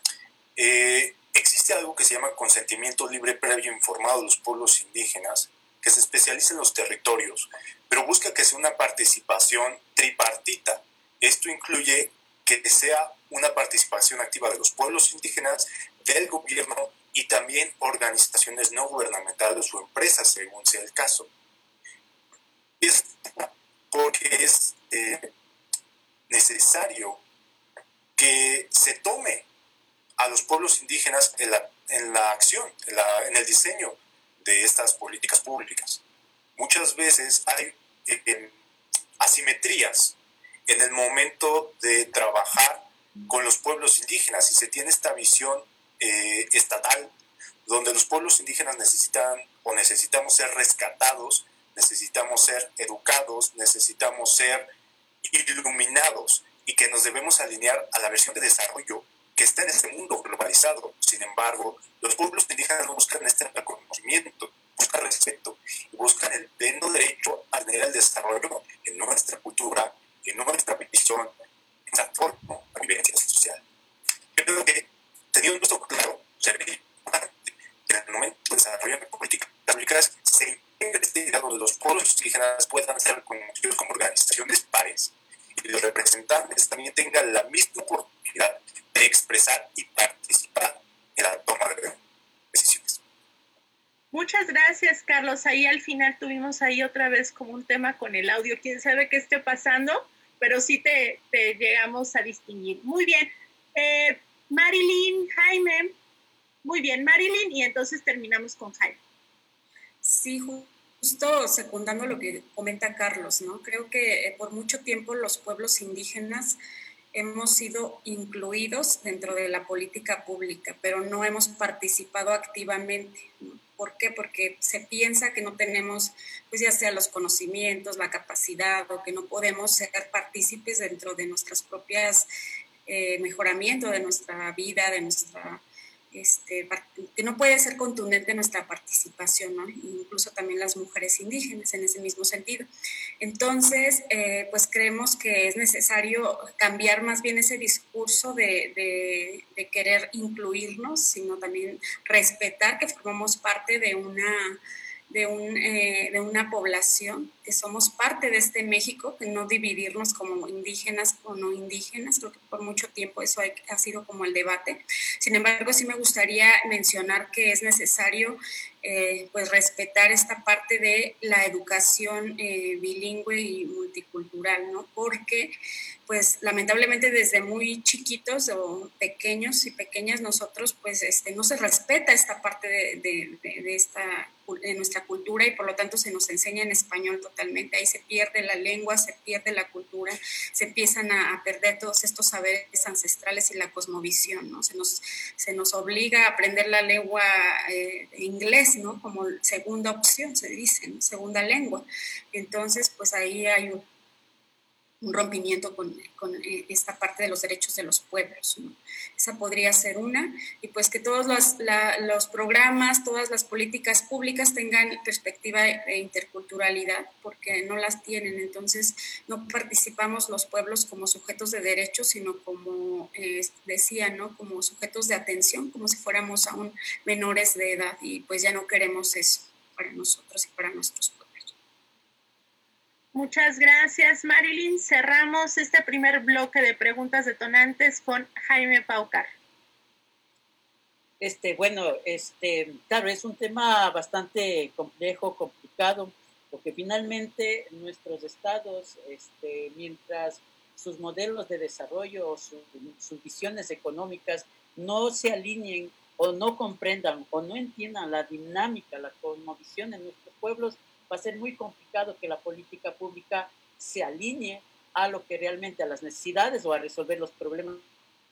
Existe algo que se llama consentimiento libre previo informado de los pueblos indígenas, que se especializa en los territorios, pero busca que sea una participación tripartita. Esto incluye que sea una participación activa de los pueblos indígenas, del gobierno y también organizaciones no gubernamentales o empresas, según sea el caso. Es porque es necesario que se tome a los pueblos indígenas en la acción, en el diseño de estas políticas públicas. Muchas veces hay asimetrías en el momento de trabajar con los pueblos indígenas y se tiene esta visión estatal donde los pueblos indígenas necesitamos ser rescatados, necesitamos ser educados, necesitamos ser iluminados y que nos debemos alinear a la versión de desarrollo que está en este mundo globalizado. Sin embargo, los pueblos indígenas no buscan este reconocimiento, buscan respeto y buscan el pleno derecho a tener el desarrollo en nuestra cultura, en nuestra visión, en nuestra forma de vivencia social. Yo creo que, teniendo esto claro, sería importante que en el momento de desarrollar políticas públicas se integre este idea donde los pueblos indígenas puedan ser reconocidos como organizaciones pares y los representantes también tengan la misma oportunidad de expresar y participar en la toma de decisiones. Muchas gracias, Carlos. Ahí al final tuvimos ahí otra vez como un tema con el audio. Quién sabe qué esté pasando, pero sí te llegamos a distinguir. Muy bien. Marilyn, Jaime. Muy bien, Marilyn, y entonces terminamos con Jaime. Sí, justo secundando lo que comenta Carlos, ¿no? Creo que por mucho tiempo los pueblos indígenas hemos sido incluidos dentro de la política pública, pero no hemos participado activamente, ¿no? ¿Por qué? Porque se piensa que no tenemos, pues ya sea los conocimientos, la capacidad, o que no podemos ser partícipes dentro de nuestras propias mejoramiento de nuestra vida, de nuestra que no puede ser contundente nuestra participación, ¿no? Incluso también las mujeres indígenas en ese mismo sentido. Entonces, pues creemos que es necesario cambiar más bien ese discurso de querer incluirnos, sino también respetar que formamos parte de una población, que somos parte de este México, que no dividirnos como indígenas o no indígenas. Creo que por mucho tiempo eso ha sido como el debate. Sin embargo, sí me gustaría mencionar que es necesario pues respetar esta parte de la educación bilingüe y multicultural, ¿no? Porque pues lamentablemente desde muy chiquitos o pequeños y pequeñas nosotros pues no se respeta esta parte de nuestra cultura y por lo tanto se nos enseña en español totalmente. Ahí se pierde la lengua, se pierde la cultura, se empiezan a perder todos estos saberes ancestrales y la cosmovisión, ¿no? Se nos obliga a aprender la lengua inglés, ¿no? Como segunda opción, se dice, ¿no? Segunda lengua. Entonces, pues ahí hay un rompimiento con esta parte de los derechos de los pueblos, ¿no? Esa podría ser una, y pues que todos los programas, todas las políticas públicas tengan perspectiva de interculturalidad, porque no las tienen. Entonces no participamos los pueblos como sujetos de derechos, sino como decía, ¿no? Como sujetos de atención, como si fuéramos aún menores de edad, y pues ya no queremos eso para nosotros y para nuestros pueblos. Muchas gracias, Marilyn. Cerramos este primer bloque de preguntas detonantes con Jaime Paucar. Claro, es un tema bastante complejo, complicado, porque finalmente nuestros estados, mientras sus modelos de desarrollo o sus visiones económicas no se alineen o no comprendan o no entiendan la dinámica, la cosmovisión en nuestros pueblos, va a ser muy complicado que la política pública se alinee a lo que realmente, a las necesidades o a resolver los problemas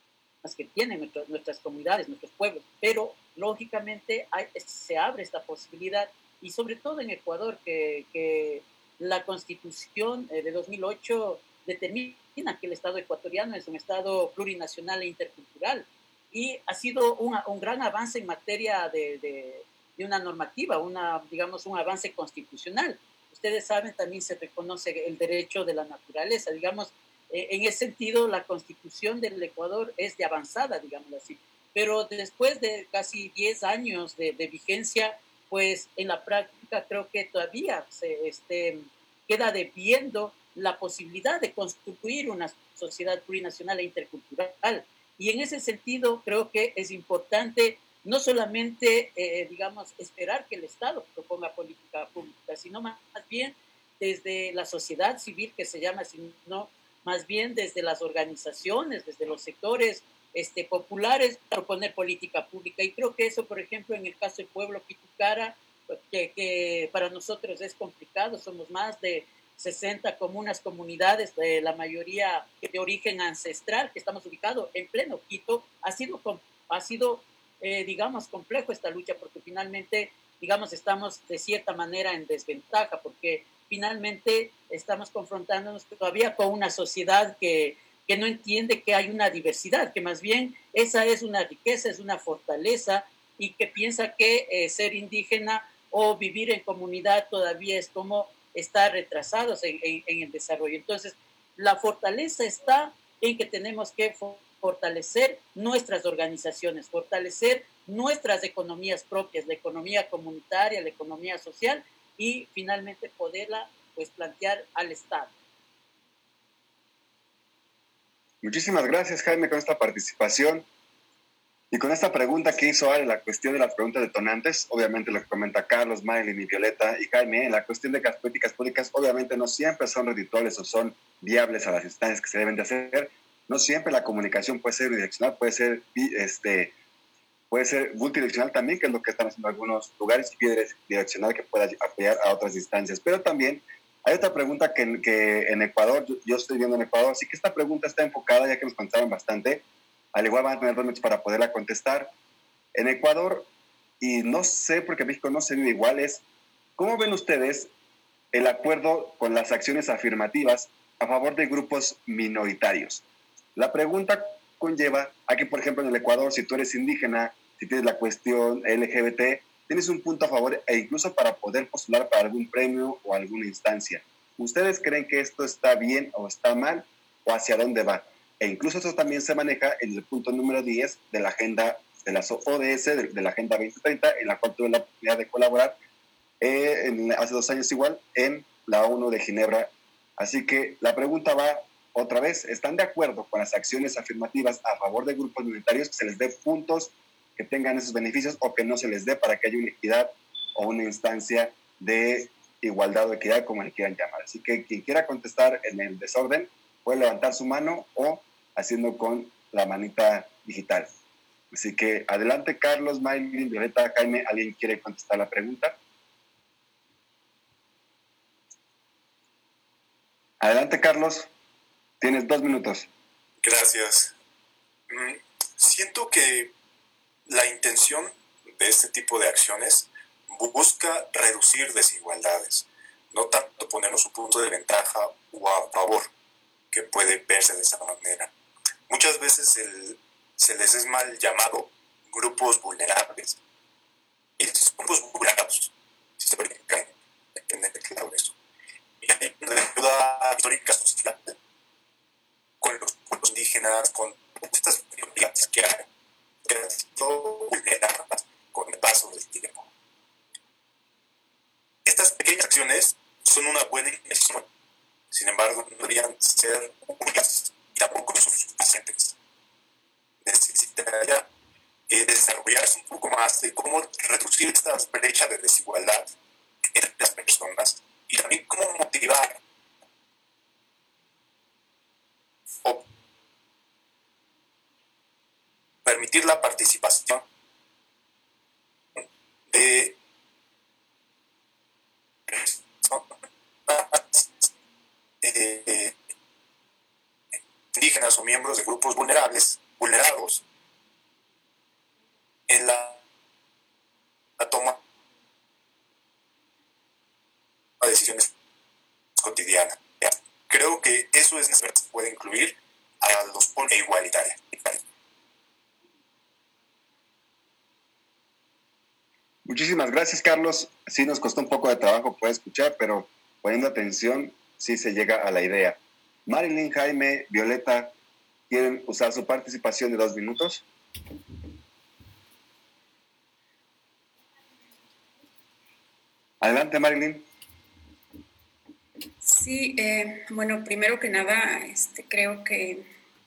que tienen nuestras comunidades, nuestros pueblos, pero lógicamente se abre esta posibilidad y sobre todo en Ecuador que la Constitución de 2008 determina que el Estado ecuatoriano es un Estado plurinacional e intercultural y ha sido un gran avance en materia de una normativa, digamos, un avance constitucional. Ustedes saben, también se reconoce el derecho de la naturaleza, digamos, en ese sentido, la Constitución del Ecuador es de avanzada, digamos así, pero después de casi 10 años de vigencia, pues en la práctica creo que todavía queda debiendo la posibilidad de construir una sociedad plurinacional e intercultural. Y en ese sentido creo que es importante no solamente, digamos, esperar que el Estado proponga política pública, sino más bien desde la sociedad civil, que se llama, sino más bien desde las organizaciones, desde los sectores populares, proponer política pública. Y creo que eso, por ejemplo, en el caso del pueblo Pitucara, que para nosotros es complicado, somos más de 60 comunidades, la mayoría de origen ancestral, que estamos ubicados en pleno Quito. Ha sido digamos, complejo esta lucha porque finalmente, digamos, estamos de cierta manera en desventaja porque finalmente estamos confrontándonos todavía con una sociedad que no entiende que hay una diversidad, que más bien esa es una riqueza, es una fortaleza y que piensa que ser indígena o vivir en comunidad todavía es como estar retrasados en el desarrollo. Entonces, la fortaleza está en que tenemos que fortalecer nuestras organizaciones, fortalecer nuestras economías propias, la economía comunitaria, la economía social y finalmente poderla pues plantear al Estado. Muchísimas gracias, Jaime, con esta participación y con esta pregunta que hizo Ale, la cuestión de las preguntas detonantes, obviamente lo que comenta Carlos, Maylin y Violeta y Jaime, en la cuestión de que las políticas públicas obviamente no siempre son redituables o son viables a las instancias que se deben de hacer. No siempre la comunicación puede ser bidireccional, puede ser multidireccional también, que es lo que están haciendo algunos lugares, y bidireccional que pueda apoyar a otras instancias. Pero también hay otra pregunta que en Ecuador, yo estoy viendo en Ecuador, así que esta pregunta está enfocada, ya que nos contaron bastante, al igual van a tener 2 minutos para poderla contestar. En Ecuador, y no sé, porque México no se vive igual, es, ¿cómo ven ustedes el acuerdo con las acciones afirmativas a favor de grupos minoritarios? La pregunta conlleva a que, por ejemplo, en el Ecuador, si tú eres indígena, si tienes la cuestión LGBT, tienes un punto a favor e incluso para poder postular para algún premio o alguna instancia. ¿Ustedes creen que esto está bien o está mal o hacia dónde va? E incluso esto también se maneja en el punto número 10 de la agenda de las ODS, de la Agenda 2030, en la cual tuve la oportunidad de colaborar hace 2 años igual en la ONU de Ginebra. Así que la pregunta va otra vez, ¿están de acuerdo con las acciones afirmativas a favor de grupos minoritarios, que se les dé puntos que tengan esos beneficios o que no se les dé para que haya una equidad o una instancia de igualdad o equidad, como le quieran llamar? Así que quien quiera contestar en el desorden puede levantar su mano o haciendo con la manita digital. Así que adelante, Carlos, Maylin, Violeta, Jaime, ¿alguien quiere contestar la pregunta? Adelante, Carlos. Tienes 2 minutos. Gracias. Siento que la intención de este tipo de acciones busca reducir desigualdades, no tanto ponernos un punto de ventaja o a favor, que puede verse de esa manera. Muchas veces se les es mal llamado grupos vulnerables. Y estos grupos vulnerables se verifican en claro eso. Y hay una deuda histórica social con los pueblos indígenas, con estas minorías que han sido vulneradas con el paso del tiempo. Estas pequeñas acciones son una buena inversión, sin embargo, no deberían ser únicas y tampoco son suficientes. Necesitaría desarrollarse un poco más de cómo reducir esta brecha de desigualdad entre las personas y también cómo motivar o permitir la participación de indígenas o miembros de grupos vulnerables vulnerados en la toma de decisiones cotidianas. Creo que eso es necesario, puede incluir a los pueblos e igualitaria. Muchísimas gracias, Carlos. Sí nos costó un poco de trabajo poder escuchar, pero poniendo atención sí se llega a la idea. Marilyn, Jaime, Violeta, ¿quieren usar su participación de 2 minutos? Adelante, Marilyn. Sí, bueno, primero que nada, creo que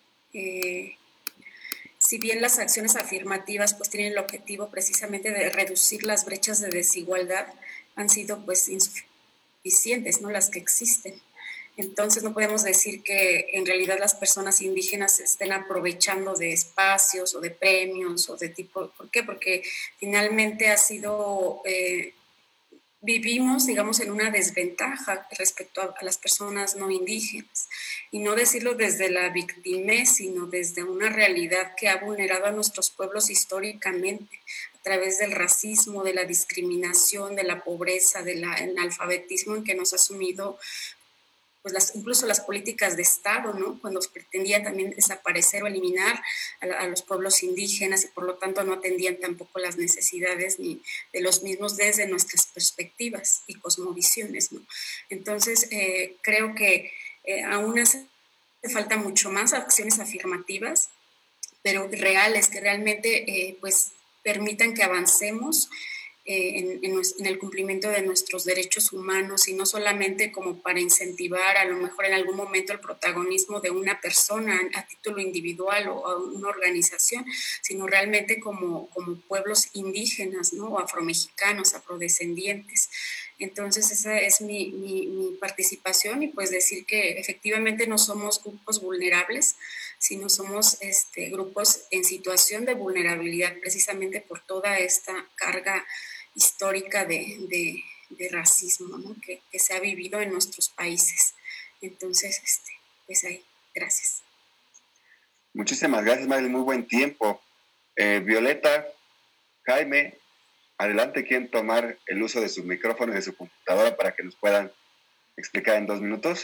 si bien las acciones afirmativas pues tienen el objetivo precisamente de reducir las brechas de desigualdad, han sido pues insuficientes, ¿no? Las que existen. Entonces no podemos decir que en realidad las personas indígenas estén aprovechando de espacios o de premios o de tipo, ¿por qué? Porque finalmente ha sido... vivimos, digamos, en una desventaja respecto a las personas no indígenas. Y no decirlo desde la victimez, sino desde una realidad que ha vulnerado a nuestros pueblos históricamente a través del racismo, de la discriminación, de la pobreza, del analfabetismo en que nos ha sumido pues incluso las políticas de Estado, ¿no? Cuando pretendían también desaparecer o eliminar a los pueblos indígenas y por lo tanto no atendían tampoco las necesidades ni de los mismos desde nuestras perspectivas y cosmovisiones, ¿no? Entonces, creo que aún hace falta mucho más acciones afirmativas, pero reales, que realmente pues permitan que avancemos en el cumplimiento de nuestros derechos humanos y no solamente como para incentivar a lo mejor en algún momento el protagonismo de una persona a título individual o a una organización, sino realmente como pueblos indígenas, ¿no? O afromexicanos, afrodescendientes. Entonces esa es mi participación y pues decir que efectivamente no somos grupos vulnerables, sino somos grupos en situación de vulnerabilidad precisamente por toda esta carga histórica de racismo, ¿no? que se ha vivido en nuestros países. Entonces, pues ahí, gracias. Muchísimas gracias, Marilyn, muy buen tiempo. Violeta, Jaime, adelante, ¿quieren tomar el uso de su micrófono y de su computadora para que nos puedan explicar en 2 minutos?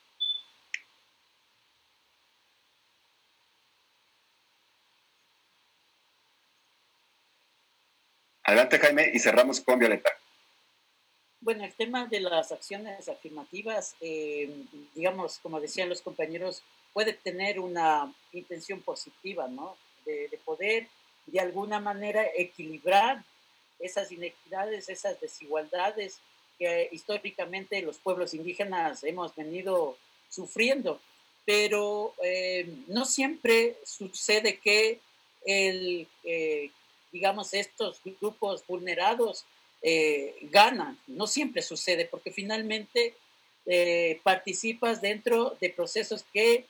Adelante, Jaime, y cerramos con Violeta. Bueno, el tema de las acciones afirmativas, digamos, como decían los compañeros, puede tener una intención positiva, ¿no? De poder, de alguna manera, equilibrar esas inequidades, esas desigualdades que históricamente los pueblos indígenas hemos venido sufriendo. Pero no siempre sucede que digamos, estos grupos vulnerados ganan. No siempre sucede, porque finalmente participas dentro de procesos que,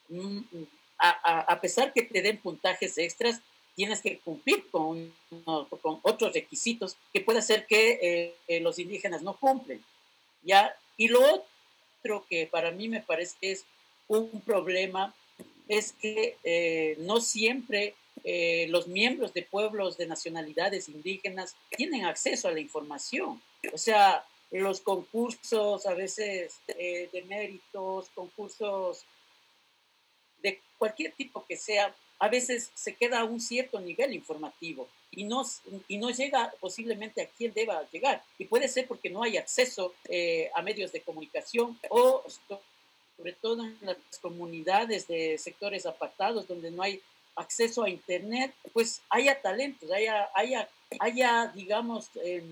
a pesar que te den puntajes extras, tienes que cumplir con otros requisitos que puede ser que los indígenas no cumplen, ¿ya? Y lo otro que para mí me parece que es un problema es que no siempre los miembros de pueblos de nacionalidades indígenas tienen acceso a la información. O sea, los concursos a veces de méritos, concursos de cualquier tipo que sea, a veces se queda a un cierto nivel informativo y no llega posiblemente a quien deba llegar. Y puede ser porque no hay acceso a medios de comunicación o sobre todo en las comunidades de sectores apartados donde no hay acceso a internet, pues haya talentos, haya digamos,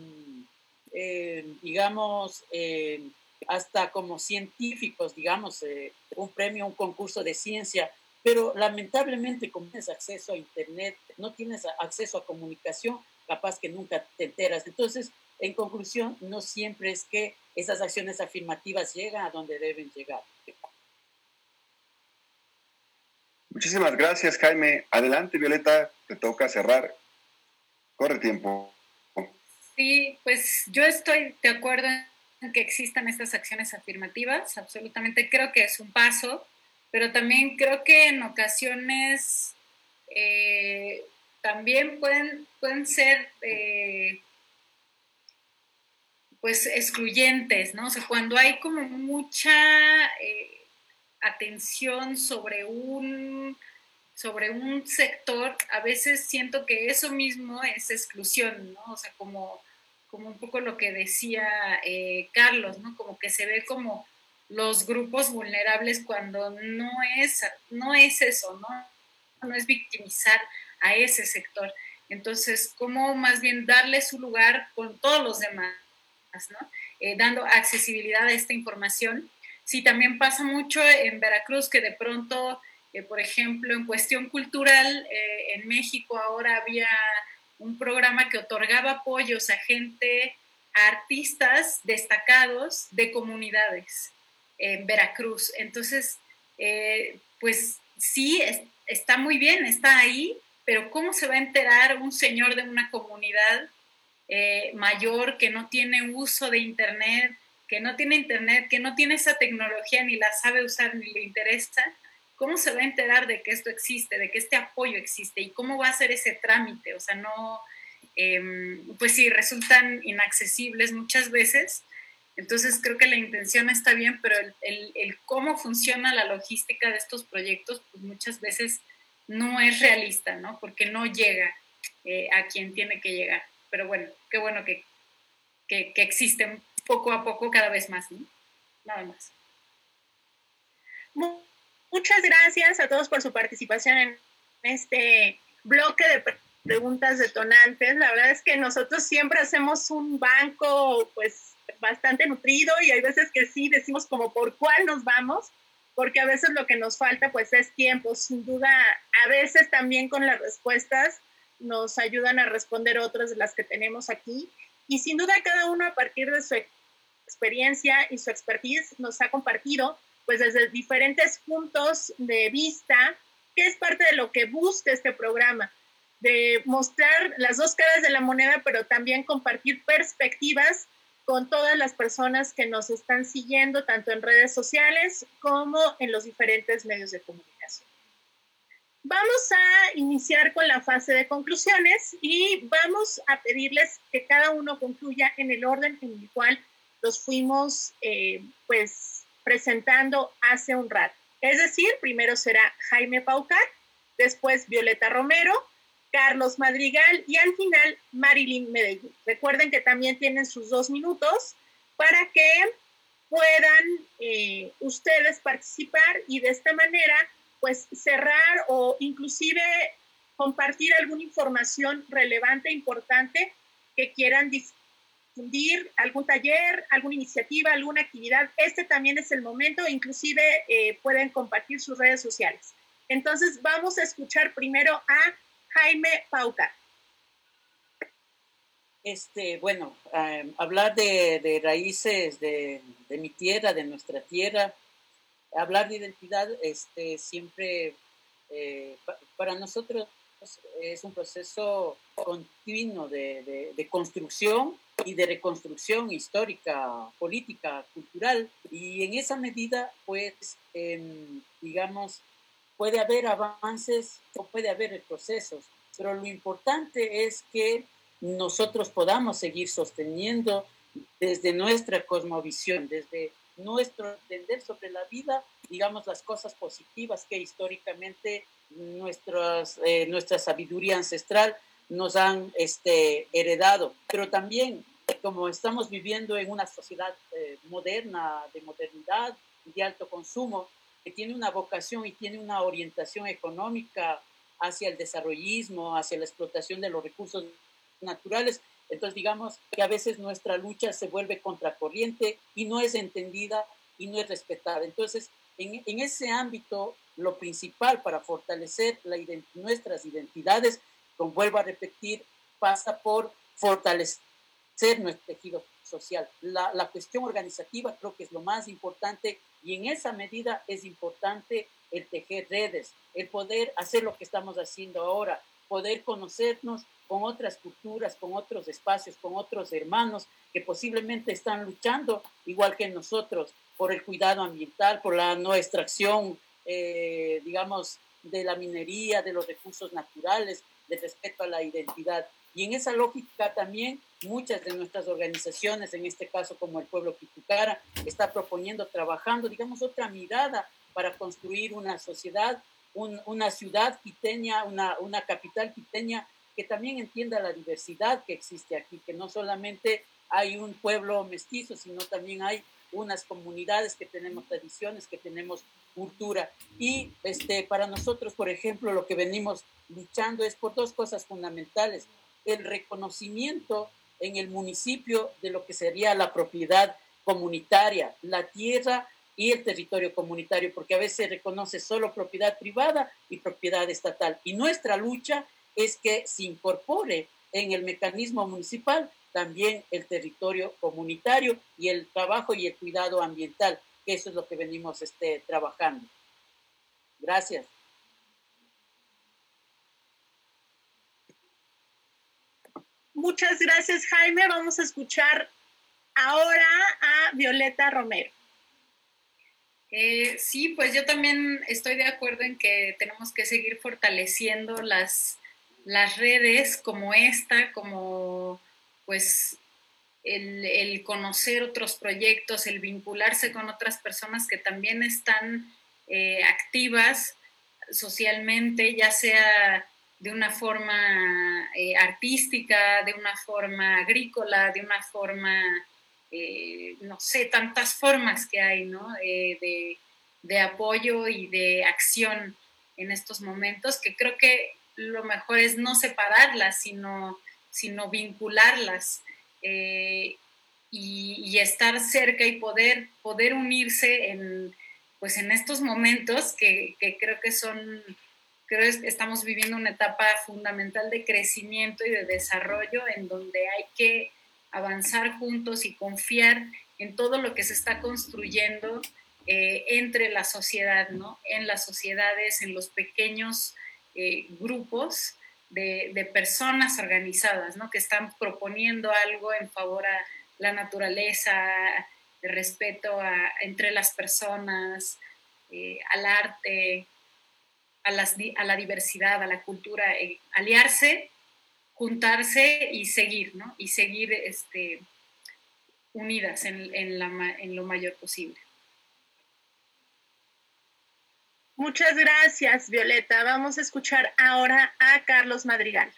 hasta como científicos, digamos, un premio, un concurso de ciencia, pero lamentablemente como tienes acceso a internet, no tienes acceso a comunicación, capaz que nunca te enteras. Entonces, en conclusión, no siempre es que esas acciones afirmativas llegan a donde deben llegar. Muchísimas gracias, Jaime. Adelante, Violeta, te toca cerrar. Corre tiempo. Sí, pues yo estoy de acuerdo en que existan estas acciones afirmativas, absolutamente creo que es un paso, pero también creo que en ocasiones también pueden ser pues excluyentes, ¿no? O sea, cuando hay como mucha atención sobre un sector, a veces siento que eso mismo es exclusión, ¿no? O sea, como un poco lo que decía Carlos, ¿no? Como que se ve como los grupos vulnerables cuando no es eso, ¿no? No es victimizar a ese sector. Entonces, ¿cómo más bien darle su lugar con todos los demás, ¿no? Dando accesibilidad a esta información. Sí, también pasa mucho en Veracruz que de pronto, por ejemplo, en cuestión cultural, en México ahora había un programa que otorgaba apoyos a artistas destacados de comunidades en Veracruz. Entonces, pues sí, está muy bien, está ahí, pero ¿cómo se va a enterar un señor de una comunidad mayor que no tiene uso de internet, que no tiene esa tecnología, ni la sabe usar, ni le interesa? ¿Cómo se va a enterar de que esto existe, de que este apoyo existe? ¿Y cómo va a ser ese trámite? O sea, no, pues sí, resultan inaccesibles muchas veces. Entonces creo que la intención está bien, pero el cómo funciona la logística de estos proyectos, pues muchas veces no es realista, ¿no? Porque no llega a quien tiene que llegar. Pero bueno, qué bueno que existen poco a poco cada vez más, ¿no? Nada más. Muchas gracias a todos por su participación en este bloque de preguntas detonantes. La verdad es que nosotros siempre hacemos un banco pues bastante nutrido y hay veces que sí decimos como por cuál nos vamos, porque a veces lo que nos falta pues es tiempo. Sin duda, a veces también con las respuestas nos ayudan a responder otras de las que tenemos aquí. Y sin duda cada uno a partir de su experiencia y su expertise nos ha compartido pues desde diferentes puntos de vista, que es parte de lo que busca este programa, de mostrar las dos caras de la moneda, pero también compartir perspectivas con todas las personas que nos están siguiendo, tanto en redes sociales como en los diferentes medios de comunicación. Vamos a iniciar con la fase de conclusiones y vamos a pedirles que cada uno concluya en el orden en el cual los fuimos pues presentando hace un rato. Es decir, primero será Jaime Paucar, después Violeta Romero, Carlos Madrigal y al final Marilyn Medellín. Recuerden que también tienen sus 2 minutos para que puedan ustedes participar y de esta manera pues cerrar o inclusive compartir alguna información relevante, importante que quieran difundir, algún taller, alguna iniciativa, alguna actividad. Este también es el momento, inclusive pueden compartir sus redes sociales. Entonces vamos a escuchar primero a Jaime Paucar. Bueno, hablar de raíces de mi tierra, de nuestra tierra, hablar de identidad siempre para nosotros es un proceso continuo de construcción y de reconstrucción histórica, política, cultural, y en esa medida pues digamos puede haber avances o puede haber retrocesos, pero lo importante es que nosotros podamos seguir sosteniendo desde nuestra cosmovisión, desde nuestro entender sobre la vida, digamos, las cosas positivas que históricamente nuestra sabiduría ancestral nos han heredado. Pero también, como estamos viviendo en una sociedad moderna, de modernidad, de alto consumo, que tiene una vocación y tiene una orientación económica hacia el desarrollismo, hacia la explotación de los recursos naturales, entonces digamos que a veces nuestra lucha se vuelve contracorriente y no es entendida y no es respetada. Entonces, en ese ámbito, lo principal para fortalecer nuestras identidades, como vuelvo a repetir, pasa por fortalecer nuestro tejido social. La cuestión organizativa creo que es lo más importante y en esa medida es importante el tejer redes, el poder hacer lo que estamos haciendo ahora, poder conocernos con otras culturas, con otros espacios, con otros hermanos que posiblemente están luchando, igual que nosotros, por el cuidado ambiental, por la no extracción, digamos, de la minería, de los recursos naturales, de respeto a la identidad. Y en esa lógica también muchas de nuestras organizaciones, en este caso como el Pueblo Pitucara, está proponiendo, trabajando, digamos, otra mirada para construir una sociedad, una ciudad quiteña, una capital quiteña que también entienda la diversidad que existe aquí, que no solamente hay un pueblo mestizo, sino también hay unas comunidades que tenemos tradiciones, que tenemos cultura. Y para nosotros, por ejemplo, lo que venimos luchando es por dos cosas fundamentales: el reconocimiento en el municipio de lo que sería la propiedad comunitaria, la tierra y el territorio comunitario, porque a veces se reconoce solo propiedad privada y propiedad estatal. Y nuestra lucha es que se incorpore en el mecanismo municipal también el territorio comunitario y el trabajo y el cuidado ambiental, que eso es lo que venimos trabajando. Gracias. Muchas gracias, Jaime. Vamos a escuchar ahora a Violeta Romero. Sí, pues yo también estoy de acuerdo en que tenemos que seguir fortaleciendo las redes como esta, como pues el conocer otros proyectos, el vincularse con otras personas que también están activas socialmente, ya sea de una forma artística, de una forma agrícola, de una forma, no sé, tantas formas que hay, ¿no? De apoyo y de acción en estos momentos, que creo que lo mejor es no separarlas, sino vincularlas y estar cerca y poder unirse en estos momentos que creo que estamos viviendo una etapa fundamental de crecimiento y de desarrollo, en donde hay que avanzar juntos y confiar en todo lo que se está construyendo entre la sociedad, ¿no? En las sociedades, en los pequeños grupos de personas organizadas, ¿no? Que están proponiendo algo en favor a la naturaleza, de respeto entre las personas, al arte, a la diversidad, a la cultura, aliarse, juntarse y seguir, ¿no? Y seguir unidas en lo mayor posible. Muchas gracias, Violeta. Vamos a escuchar ahora a Carlos Madrigal.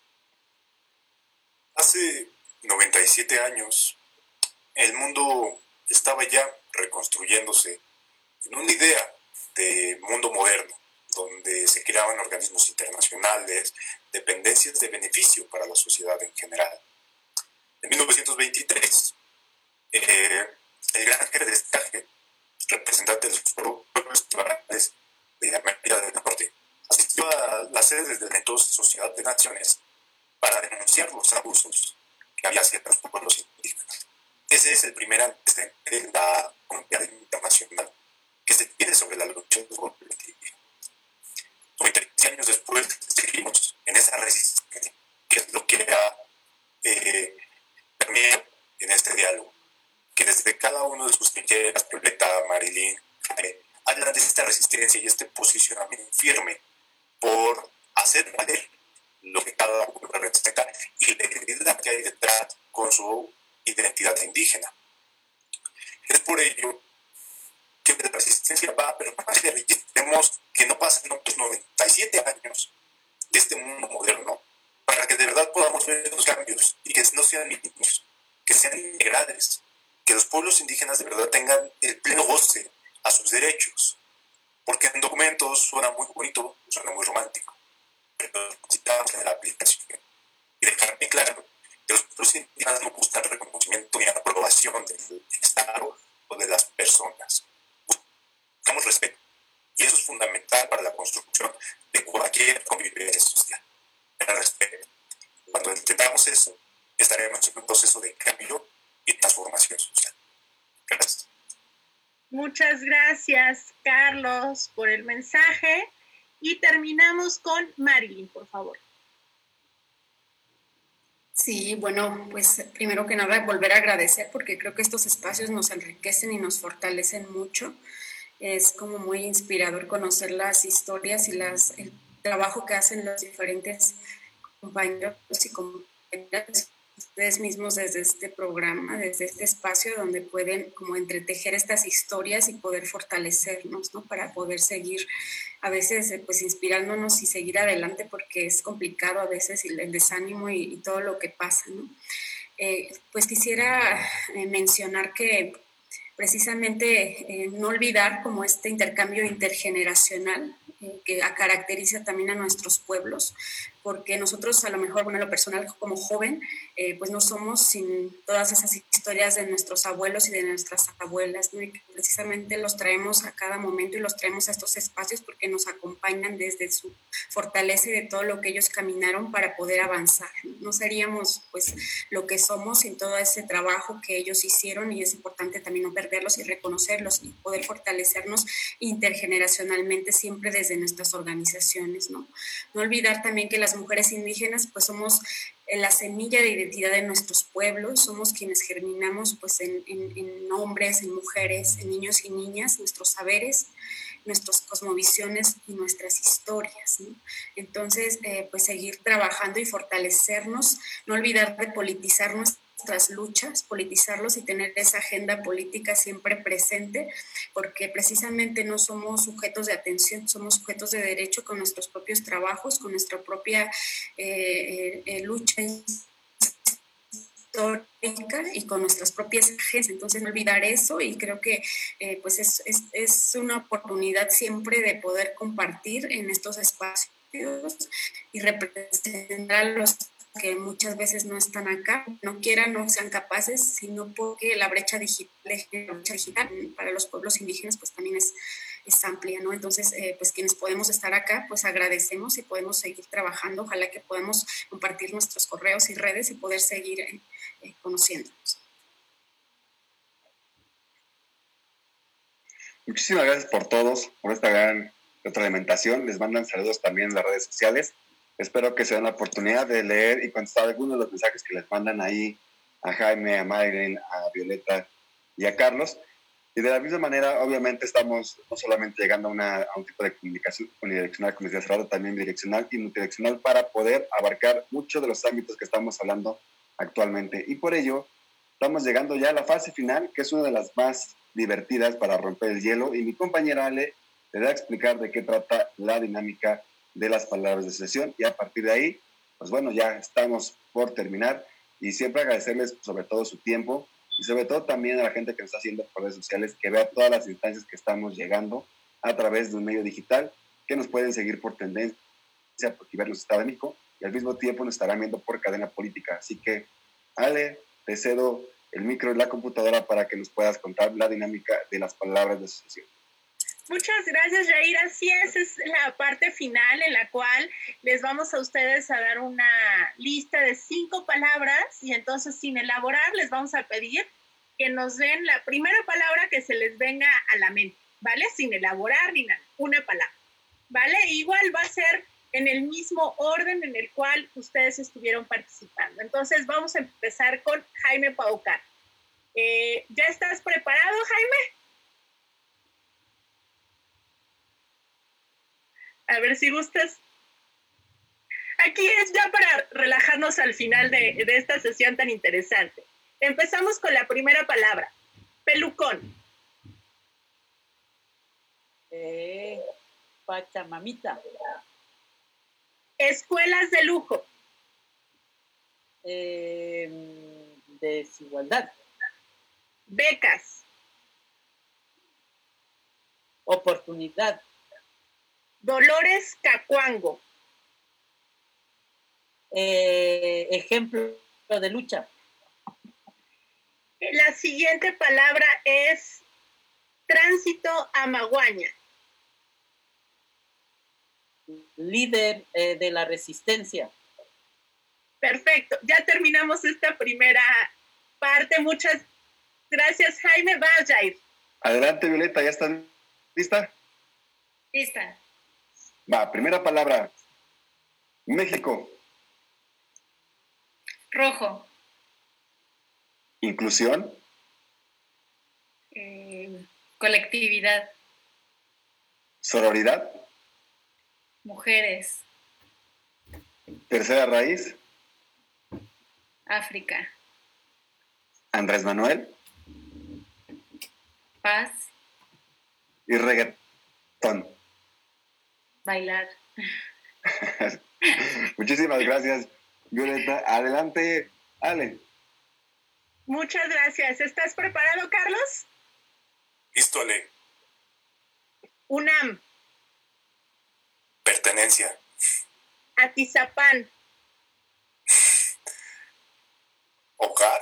Hace 97 años, el mundo estaba ya reconstruyéndose en una idea de mundo moderno, donde se creaban organismos internacionales, dependencias de beneficio para la sociedad en general. En 1923, el gran Ernest Destache, representante de los pueblos liberales de América del Norte, asistió a las sedes del entonces Sociedad de Naciones para denunciar los abusos que había hacia los pueblos indígenas. Ese es el primer antecedente de la comunidad internacional que se tiene sobre la lucha de los pueblos indígenas. 30 años después seguimos en esa resistencia, que es lo que ha permeado en este diálogo, que desde cada uno de sus trincheras, Violeta, Marilyn, hablan de esta resistencia y este posicionamiento firme por hacer valer lo que cada uno representa y la identidad que hay detrás con su identidad indígena. Es por ello que la resistencia va a permanecer y tenemos que no pasen otros 97 años de este mundo moderno para que de verdad podamos ver los cambios y que no sean mínimos, que sean integrales, que los pueblos indígenas de verdad tengan el pleno goce a sus derechos, porque en documentos suena muy bonito, suena muy romántico, pero necesitamos en la aplicación y dejar bien claro que los pueblos indígenas no buscan reconocimiento ni aprobación del Estado o de las personas. Buscamos respeto, y eso es fundamental para la construcción de cualquier convivencia social. El respeto. Cuando entendamos eso, estaremos en un proceso de cambio y transformación social. Gracias. Muchas gracias, Carlos, por el mensaje. Y terminamos con Marilyn, por favor. Sí, bueno, pues primero que nada volver a agradecer porque creo que estos espacios nos enriquecen y nos fortalecen mucho. Es como muy inspirador conocer las historias y el trabajo que hacen los diferentes compañeros y compañeras, ustedes mismos desde este programa, desde este espacio donde pueden como entretejer estas historias y poder fortalecernos, ¿no? Para poder seguir a veces pues inspirándonos y seguir adelante porque es complicado a veces el desánimo y todo lo que pasa, ¿no? Pues quisiera mencionar que precisamente no olvidar como este intercambio intergeneracional que caracteriza también a nuestros pueblos, porque nosotros a lo mejor, bueno, lo personal como joven, pues no somos sin todas esas historias de nuestros abuelos y de nuestras abuelas, ¿no? Y que precisamente los traemos a cada momento y los traemos a estos espacios porque nos acompañan desde su fortaleza y de todo lo que ellos caminaron para poder avanzar. No seríamos pues lo que somos sin todo ese trabajo que ellos hicieron y es importante también no perderlos y reconocerlos y poder fortalecernos intergeneracionalmente siempre desde nuestras organizaciones, ¿no? No olvidar también que las mujeres indígenas pues somos la semilla de identidad de nuestros pueblos, somos quienes germinamos pues en hombres, en mujeres, en niños y niñas, nuestros saberes, nuestras cosmovisiones y nuestras historias, ¿no? Entonces, pues seguir trabajando y fortalecernos, no olvidar de politizar nuestras luchas, politizarlos y tener esa agenda política siempre presente, porque precisamente no somos sujetos de atención, somos sujetos de derecho con nuestros propios trabajos, con nuestra propia lucha histórica y con nuestras propias agencias. Entonces, no olvidar eso y creo que pues es una oportunidad siempre de poder compartir en estos espacios y representar a los que muchas veces no están acá, no quieran, no sean capaces, sino porque la brecha digital para los pueblos indígenas pues también es amplia, ¿no? Entonces, pues quienes podemos estar acá, pues agradecemos y podemos seguir trabajando. Ojalá que podamos compartir nuestros correos y redes y poder seguir conociéndonos. Muchísimas gracias por todos, por esta gran retroalimentación. Les mandan saludos también en las redes sociales. Espero que se den la oportunidad de leer y contestar algunos de los mensajes que les mandan ahí a Jaime, a Mayren, a Violeta y a Carlos. Y de la misma manera, obviamente, estamos no solamente llegando a un tipo de comunicación unidireccional, como decía Cerrado, también bidireccional y multidireccional para poder abarcar muchos de los ámbitos que estamos hablando actualmente. Y por ello, estamos llegando ya a la fase final, que es una de las más divertidas para romper el hielo. Y mi compañera Ale le va a explicar de qué trata la dinámica de las palabras de sesión. Y a partir de ahí, pues bueno, ya estamos por terminar. Y siempre agradecerles sobre todo su tiempo. Y sobre todo también a la gente que nos está haciendo por redes sociales, que vea todas las instancias que estamos llegando a través de un medio digital, que nos pueden seguir por Tendencia, por Divernos Estado de México, y al mismo tiempo nos estarán viendo por Cadena Política. Así que, Ale, te cedo el micro y la computadora para que nos puedas contar la dinámica de las palabras de asociación. Muchas gracias, Jair. Así es la parte final en la cual les vamos a ustedes a dar una lista de 5 palabras y entonces sin elaborar les vamos a pedir que nos den la primera palabra que se les venga a la mente, ¿vale? Sin elaborar ni nada, una palabra, ¿vale? Igual va a ser en el mismo orden en el cual ustedes estuvieron participando. Entonces vamos a empezar con Jaime Paucar. ¿Ya estás preparado, Jaime? A ver si gustas. Aquí es ya para relajarnos al final de esta sesión tan interesante. Empezamos con la primera palabra. Pelucón. Pachamamita. Escuelas de lujo. Desigualdad. Becas. Oportunidad. Dolores Cacuango. Ejemplo de lucha. La siguiente palabra es tránsito Amaguaña. Líder de la resistencia. Perfecto, ya terminamos esta primera parte. Muchas gracias, Jaime. Va, Jair. Adelante, Violeta, ¿ya estás lista? Lista. Va, primera palabra. México. Rojo. Inclusión. Colectividad. Sororidad. Mujeres. Tercera raíz. África. Andrés Manuel. Paz. Y reggaetón. Bailar. Muchísimas gracias, Violeta. Adelante, Ale. Muchas gracias. ¿Estás preparado, Carlos? Listo, Ale. UNAM. Pertenencia. Atizapán. Hogar.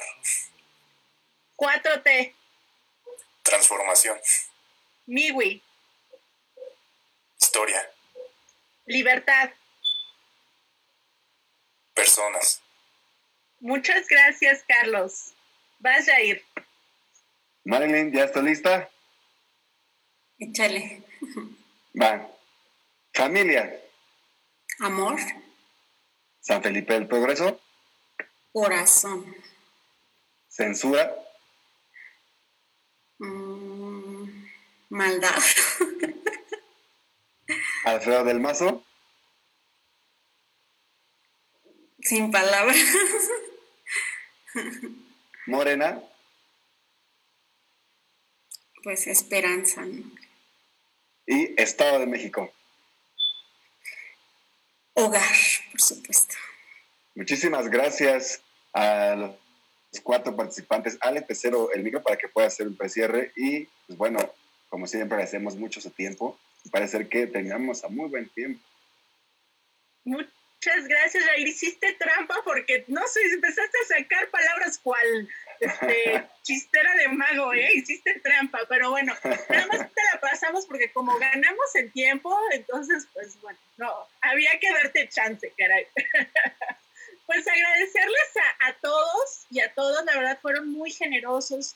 4T. Transformación. Miwi. Historia. Libertad. Personas. Muchas gracias, Carlos. Vas a ir. Marilyn, ¿ya está lista? Échale. Va. Familia. Amor. San Felipe del Progreso. Corazón. Censura. Maldad. Alfredo del Mazo. Sin palabras. Morena. Pues esperanza, ¿no? Y Estado de México. Hogar, por supuesto. Muchísimas gracias a los 4 participantes. Ale, te cedo el micro para que puedas hacer un precierre. Y, pues bueno, como siempre, agradecemos mucho su tiempo. Parece ser que terminamos a muy buen tiempo. Muchas gracias, Jair. Hiciste trampa porque, no sé, empezaste a sacar palabras cual chistera de mago, ¿eh? Hiciste trampa, pero bueno, nada más te la pasamos porque como ganamos en tiempo, entonces, pues bueno, no, había que darte chance, caray. Pues agradecerles a todos y a todas, la verdad fueron muy generosas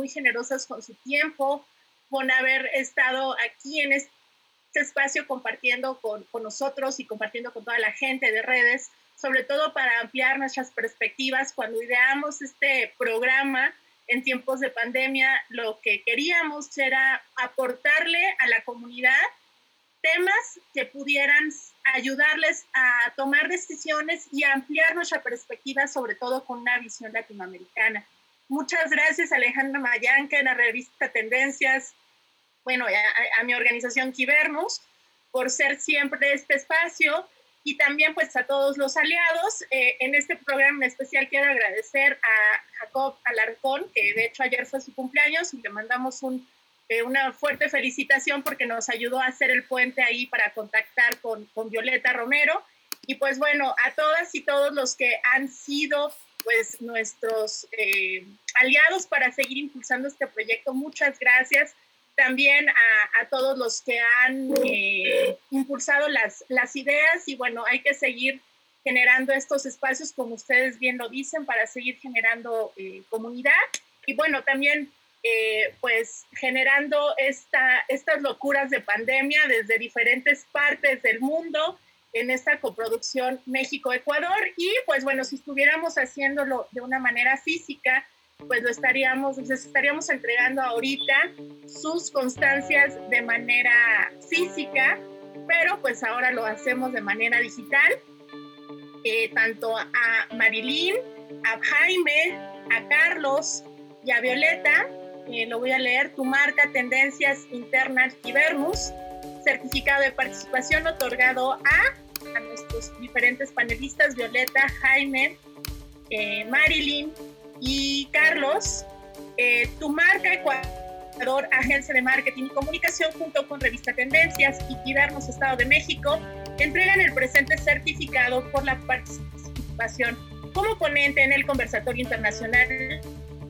con su tiempo, con haber estado aquí en este espacio compartiendo con nosotros y compartiendo con toda la gente de redes, sobre todo para ampliar nuestras perspectivas. Cuando ideamos este programa en tiempos de pandemia, lo que queríamos era aportarle a la comunidad temas que pudieran ayudarles a tomar decisiones y a ampliar nuestra perspectiva, sobre todo con una visión latinoamericana. Muchas gracias a Alejandra Mayanca en la revista Tendencias, bueno, a mi organización Quibernus, por ser siempre este espacio, y también pues a todos los aliados. En este programa en especial quiero agradecer a Jacob Alarcón, que de hecho ayer fue su cumpleaños, y le mandamos una fuerte felicitación porque nos ayudó a hacer el puente ahí para contactar con Violeta Romero. Y pues bueno, a todas y todos los que han sido pues nuestros aliados para seguir impulsando este proyecto, muchas gracias. También a todos los que han impulsado las ideas, y bueno, hay que seguir generando estos espacios, como ustedes bien lo dicen, para seguir generando comunidad, y bueno, también pues generando estas locuras de pandemia desde diferentes partes del mundo en esta coproducción México-Ecuador. Y pues bueno, si estuviéramos haciéndolo de una manera física, pues les estaríamos entregando ahorita sus constancias de manera física, pero pues ahora lo hacemos de manera digital. Tanto a Marilyn, a Jaime, a Carlos y a Violeta, lo voy a leer: tu marca Tendencias Internas Quibernus, certificado de participación otorgado a nuestros diferentes panelistas, Violeta, Jaime, Marilyn y Carlos. Tu marca Ecuador, Agencia de Marketing y Comunicación, junto con Revista Tendencias y Quibernus Estado de México, entregan el presente certificado por la participación como ponente en el conversatorio internacional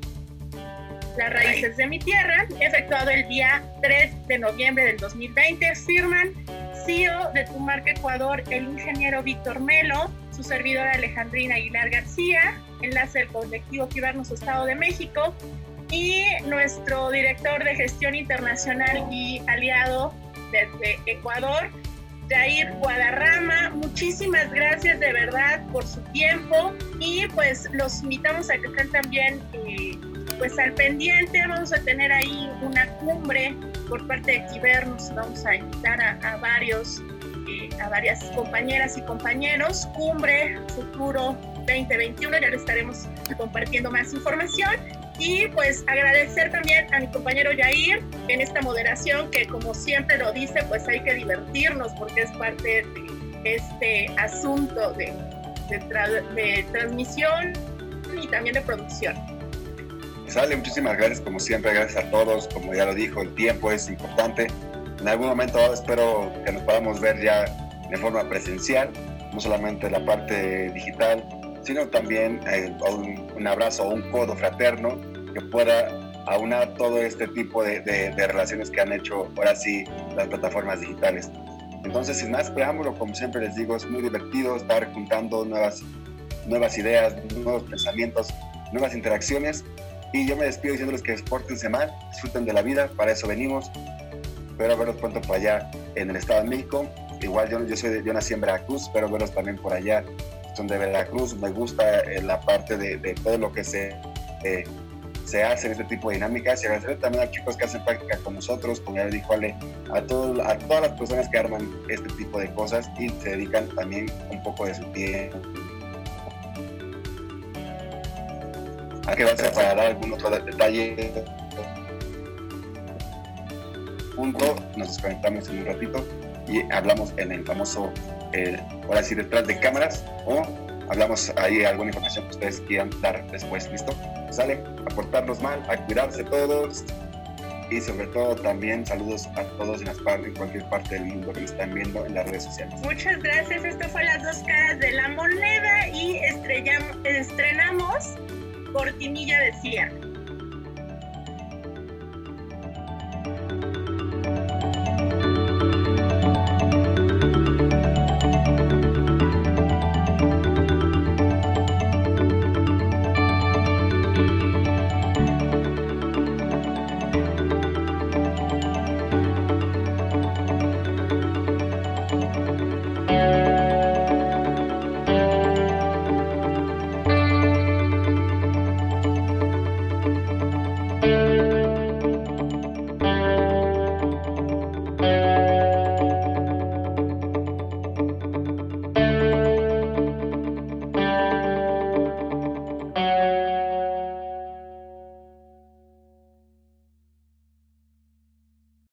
Las Raíces de mi Tierra, efectuado el día 3 de noviembre del 2020. Firman CEO de Tu Marca Ecuador, el ingeniero Víctor Melo, su servidora Alejandrina Aguilar García, enlace del colectivo Quibernus Estado de México, y nuestro director de gestión internacional y aliado desde Ecuador, Jair Guadarrama. Muchísimas gracias de verdad por su tiempo, y pues los invitamos a que estén también pues al pendiente. Vamos a tener ahí una cumbre por parte de Quibernos. Vamos a invitar a varias compañeras y compañeros. Cumbre Futuro 2021, ya le estaremos compartiendo más información. Y pues agradecer también a mi compañero Yair en esta moderación, que como siempre lo dice, pues hay que divertirnos porque es parte de este asunto de transmisión y también de producción. Sale, muchísimas gracias como siempre, gracias a todos. Como ya lo dijo, el tiempo es importante. En algún momento espero que nos podamos ver ya de forma presencial, no solamente la parte digital, sino también un abrazo o un codo fraterno que pueda aunar todo este tipo de relaciones que han hecho ahora sí las plataformas digitales. Entonces, sin más preámbulo, como siempre les digo, es muy divertido estar juntando nuevas ideas, nuevos pensamientos, nuevas interacciones. Y yo me despido diciéndoles que pórtense mal, disfruten de la vida, para eso venimos. Espero verlos pronto por allá en el Estado de México. Igual yo nací en Veracruz, espero verlos también por allá. Son de Veracruz, me gusta la parte de todo lo que se hace en este tipo de dinámicas, y agradecer también a los chicos que hacen práctica con nosotros, como ya les dijo Ale, a todas las personas que arman este tipo de cosas y se dedican también un poco de su tiempo. ¿A qué va a ser para dar algún otro detalle? Punto, nos desconectamos en un ratito y hablamos en el famoso, ahora sí, detrás de cámaras, o hablamos ahí alguna información que ustedes quieran dar después. ¿Listo? Sale, a portarnos mal, a cuidarse todos, y sobre todo también saludos a todos en cualquier parte del mundo que nos están viendo en las redes sociales. Muchas gracias. Esto fue Las Dos Caras de la Moneda y estrenamos Cortinilla de Cierre.